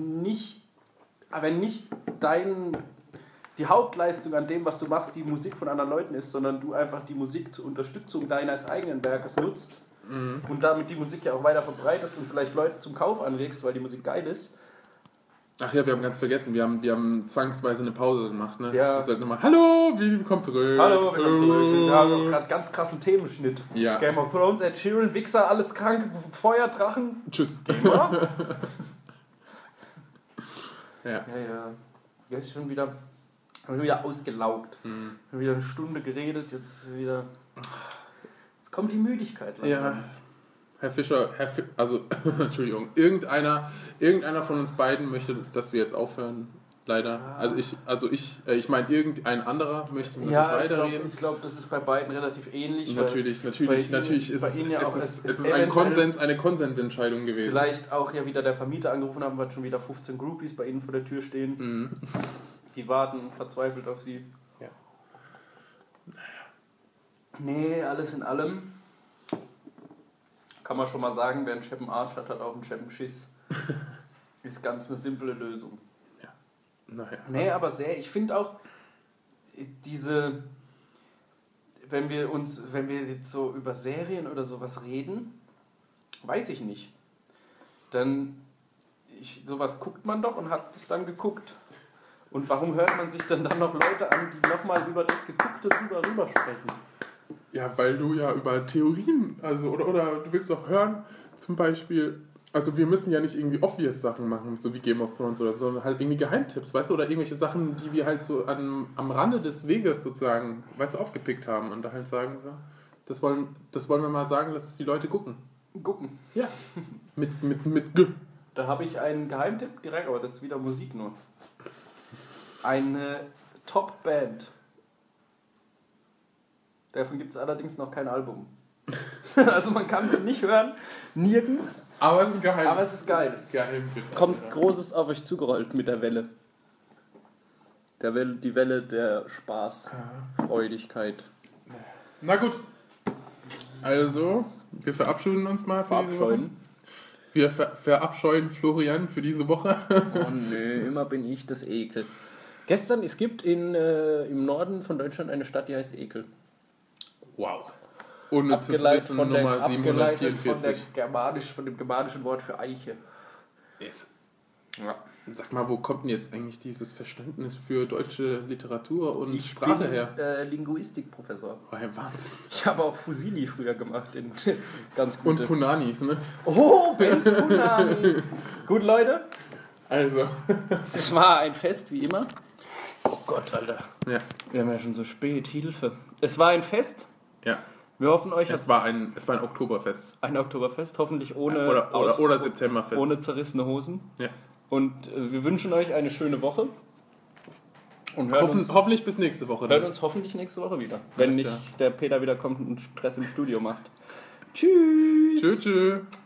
nicht die Hauptleistung an dem, was du machst, die Musik von anderen Leuten ist, sondern du einfach die Musik zur Unterstützung deines eigenen Werkes nutzt und damit die Musik ja auch weiter verbreitest und vielleicht Leute zum Kauf anregst, weil die Musik geil ist. Ach ja, wir haben ganz vergessen, wir haben zwangsweise eine Pause gemacht, ne? Ja. Das ist halt nochmal, hallo, willkommen zurück. Hallo, willkommen zurück. Wir haben auch gerade ganz krassen Themenschnitt. Ja. Game of Thrones, Ed Sheeran, Wichser, alles krank, Feuer, Drachen. Tschüss. Gamer. Ja. Ja. Jetzt schon wieder ausgelaugt. Schon wieder eine Stunde geredet, jetzt kommt die Müdigkeit langsam. Ja. Herr Fischer, also, Entschuldigung, irgendeiner von uns beiden möchte, dass wir jetzt aufhören, leider. Ja. Also ich meine, irgendein anderer möchte nicht weiterreden. Ich glaube, das ist bei beiden relativ ähnlich. Natürlich ist es eine Konsensentscheidung gewesen. Vielleicht auch ja wieder der Vermieter angerufen haben, weil schon wieder 15 Groupies bei ihnen vor der Tür stehen. Die warten verzweifelt auf sie. Ja. Nee, alles in allem kann man schon mal sagen, wer einen scheppen Arsch hat, hat auch einen scheppen Schiss. Ist ganz eine simple Lösung. Ja. Naja. Nee, aber ich finde auch wenn wir jetzt so über Serien oder sowas reden, weiß ich nicht. Dann sowas guckt man doch und hat es dann geguckt. Und warum hört man sich dann noch Leute an, die nochmal über das Geguckte rüber sprechen? Ja, weil du ja über Theorien, also oder du willst auch hören, zum Beispiel, also wir müssen ja nicht irgendwie obvious Sachen machen, so wie Game of Thrones oder so, sondern halt irgendwie Geheimtipps, weißt du, oder irgendwelche Sachen, die wir halt so am Rande des Weges sozusagen, weißt du, aufgepickt haben und da halt sagen, so, das wollen wir mal sagen, dass es die Leute gucken. Gucken. Ja. mit G. Da habe ich einen Geheimtipp direkt, aber das ist wieder Musik nur. Eine Top-Band. Davon gibt es allerdings noch kein Album. Also man kann sie nicht hören, nirgends. Aber es ist geheim. Aber es ist geil. Geheimtipp. Es kommt Großes auf euch zugerollt mit der Welle. Die Welle der Spaßfreudigkeit. Na gut. Also, wir verabschieden uns mal für diese Woche. Wir verabscheuen Florian für diese Woche. Oh nö, immer bin ich das Ekel. Es gibt im Norden von Deutschland eine Stadt, die heißt Ekel. Wow. Unnützes Wissen Nummer 744. Von dem germanischen Wort für Eiche. Yes. Ja. Sag mal, wo kommt denn jetzt eigentlich dieses Verständnis für deutsche Literatur und Sprache her? Linguistikprofessor. Oh, ja, Wahnsinn. Ich habe auch Fusili früher gemacht. Ganz gute. Und Punanis, ne? Oh, Benz Punani. Gut, Leute. Also. Es war ein Fest, wie immer. Oh Gott, Alter. Ja. Wir haben ja schon so spät. Hilfe. Es war ein Fest. Ja. Wir hoffen euch... Es war ein Oktoberfest. Ein Oktoberfest, hoffentlich ohne... Oder Septemberfest. Ohne zerrissene Hosen. Ja. Und wir wünschen euch eine schöne Woche. Und hoffentlich bis nächste Woche. Hören uns hoffentlich nächste Woche wieder. Wenn nicht der Peter wieder kommt und Stress im Studio macht. Tschüss. Tschüss.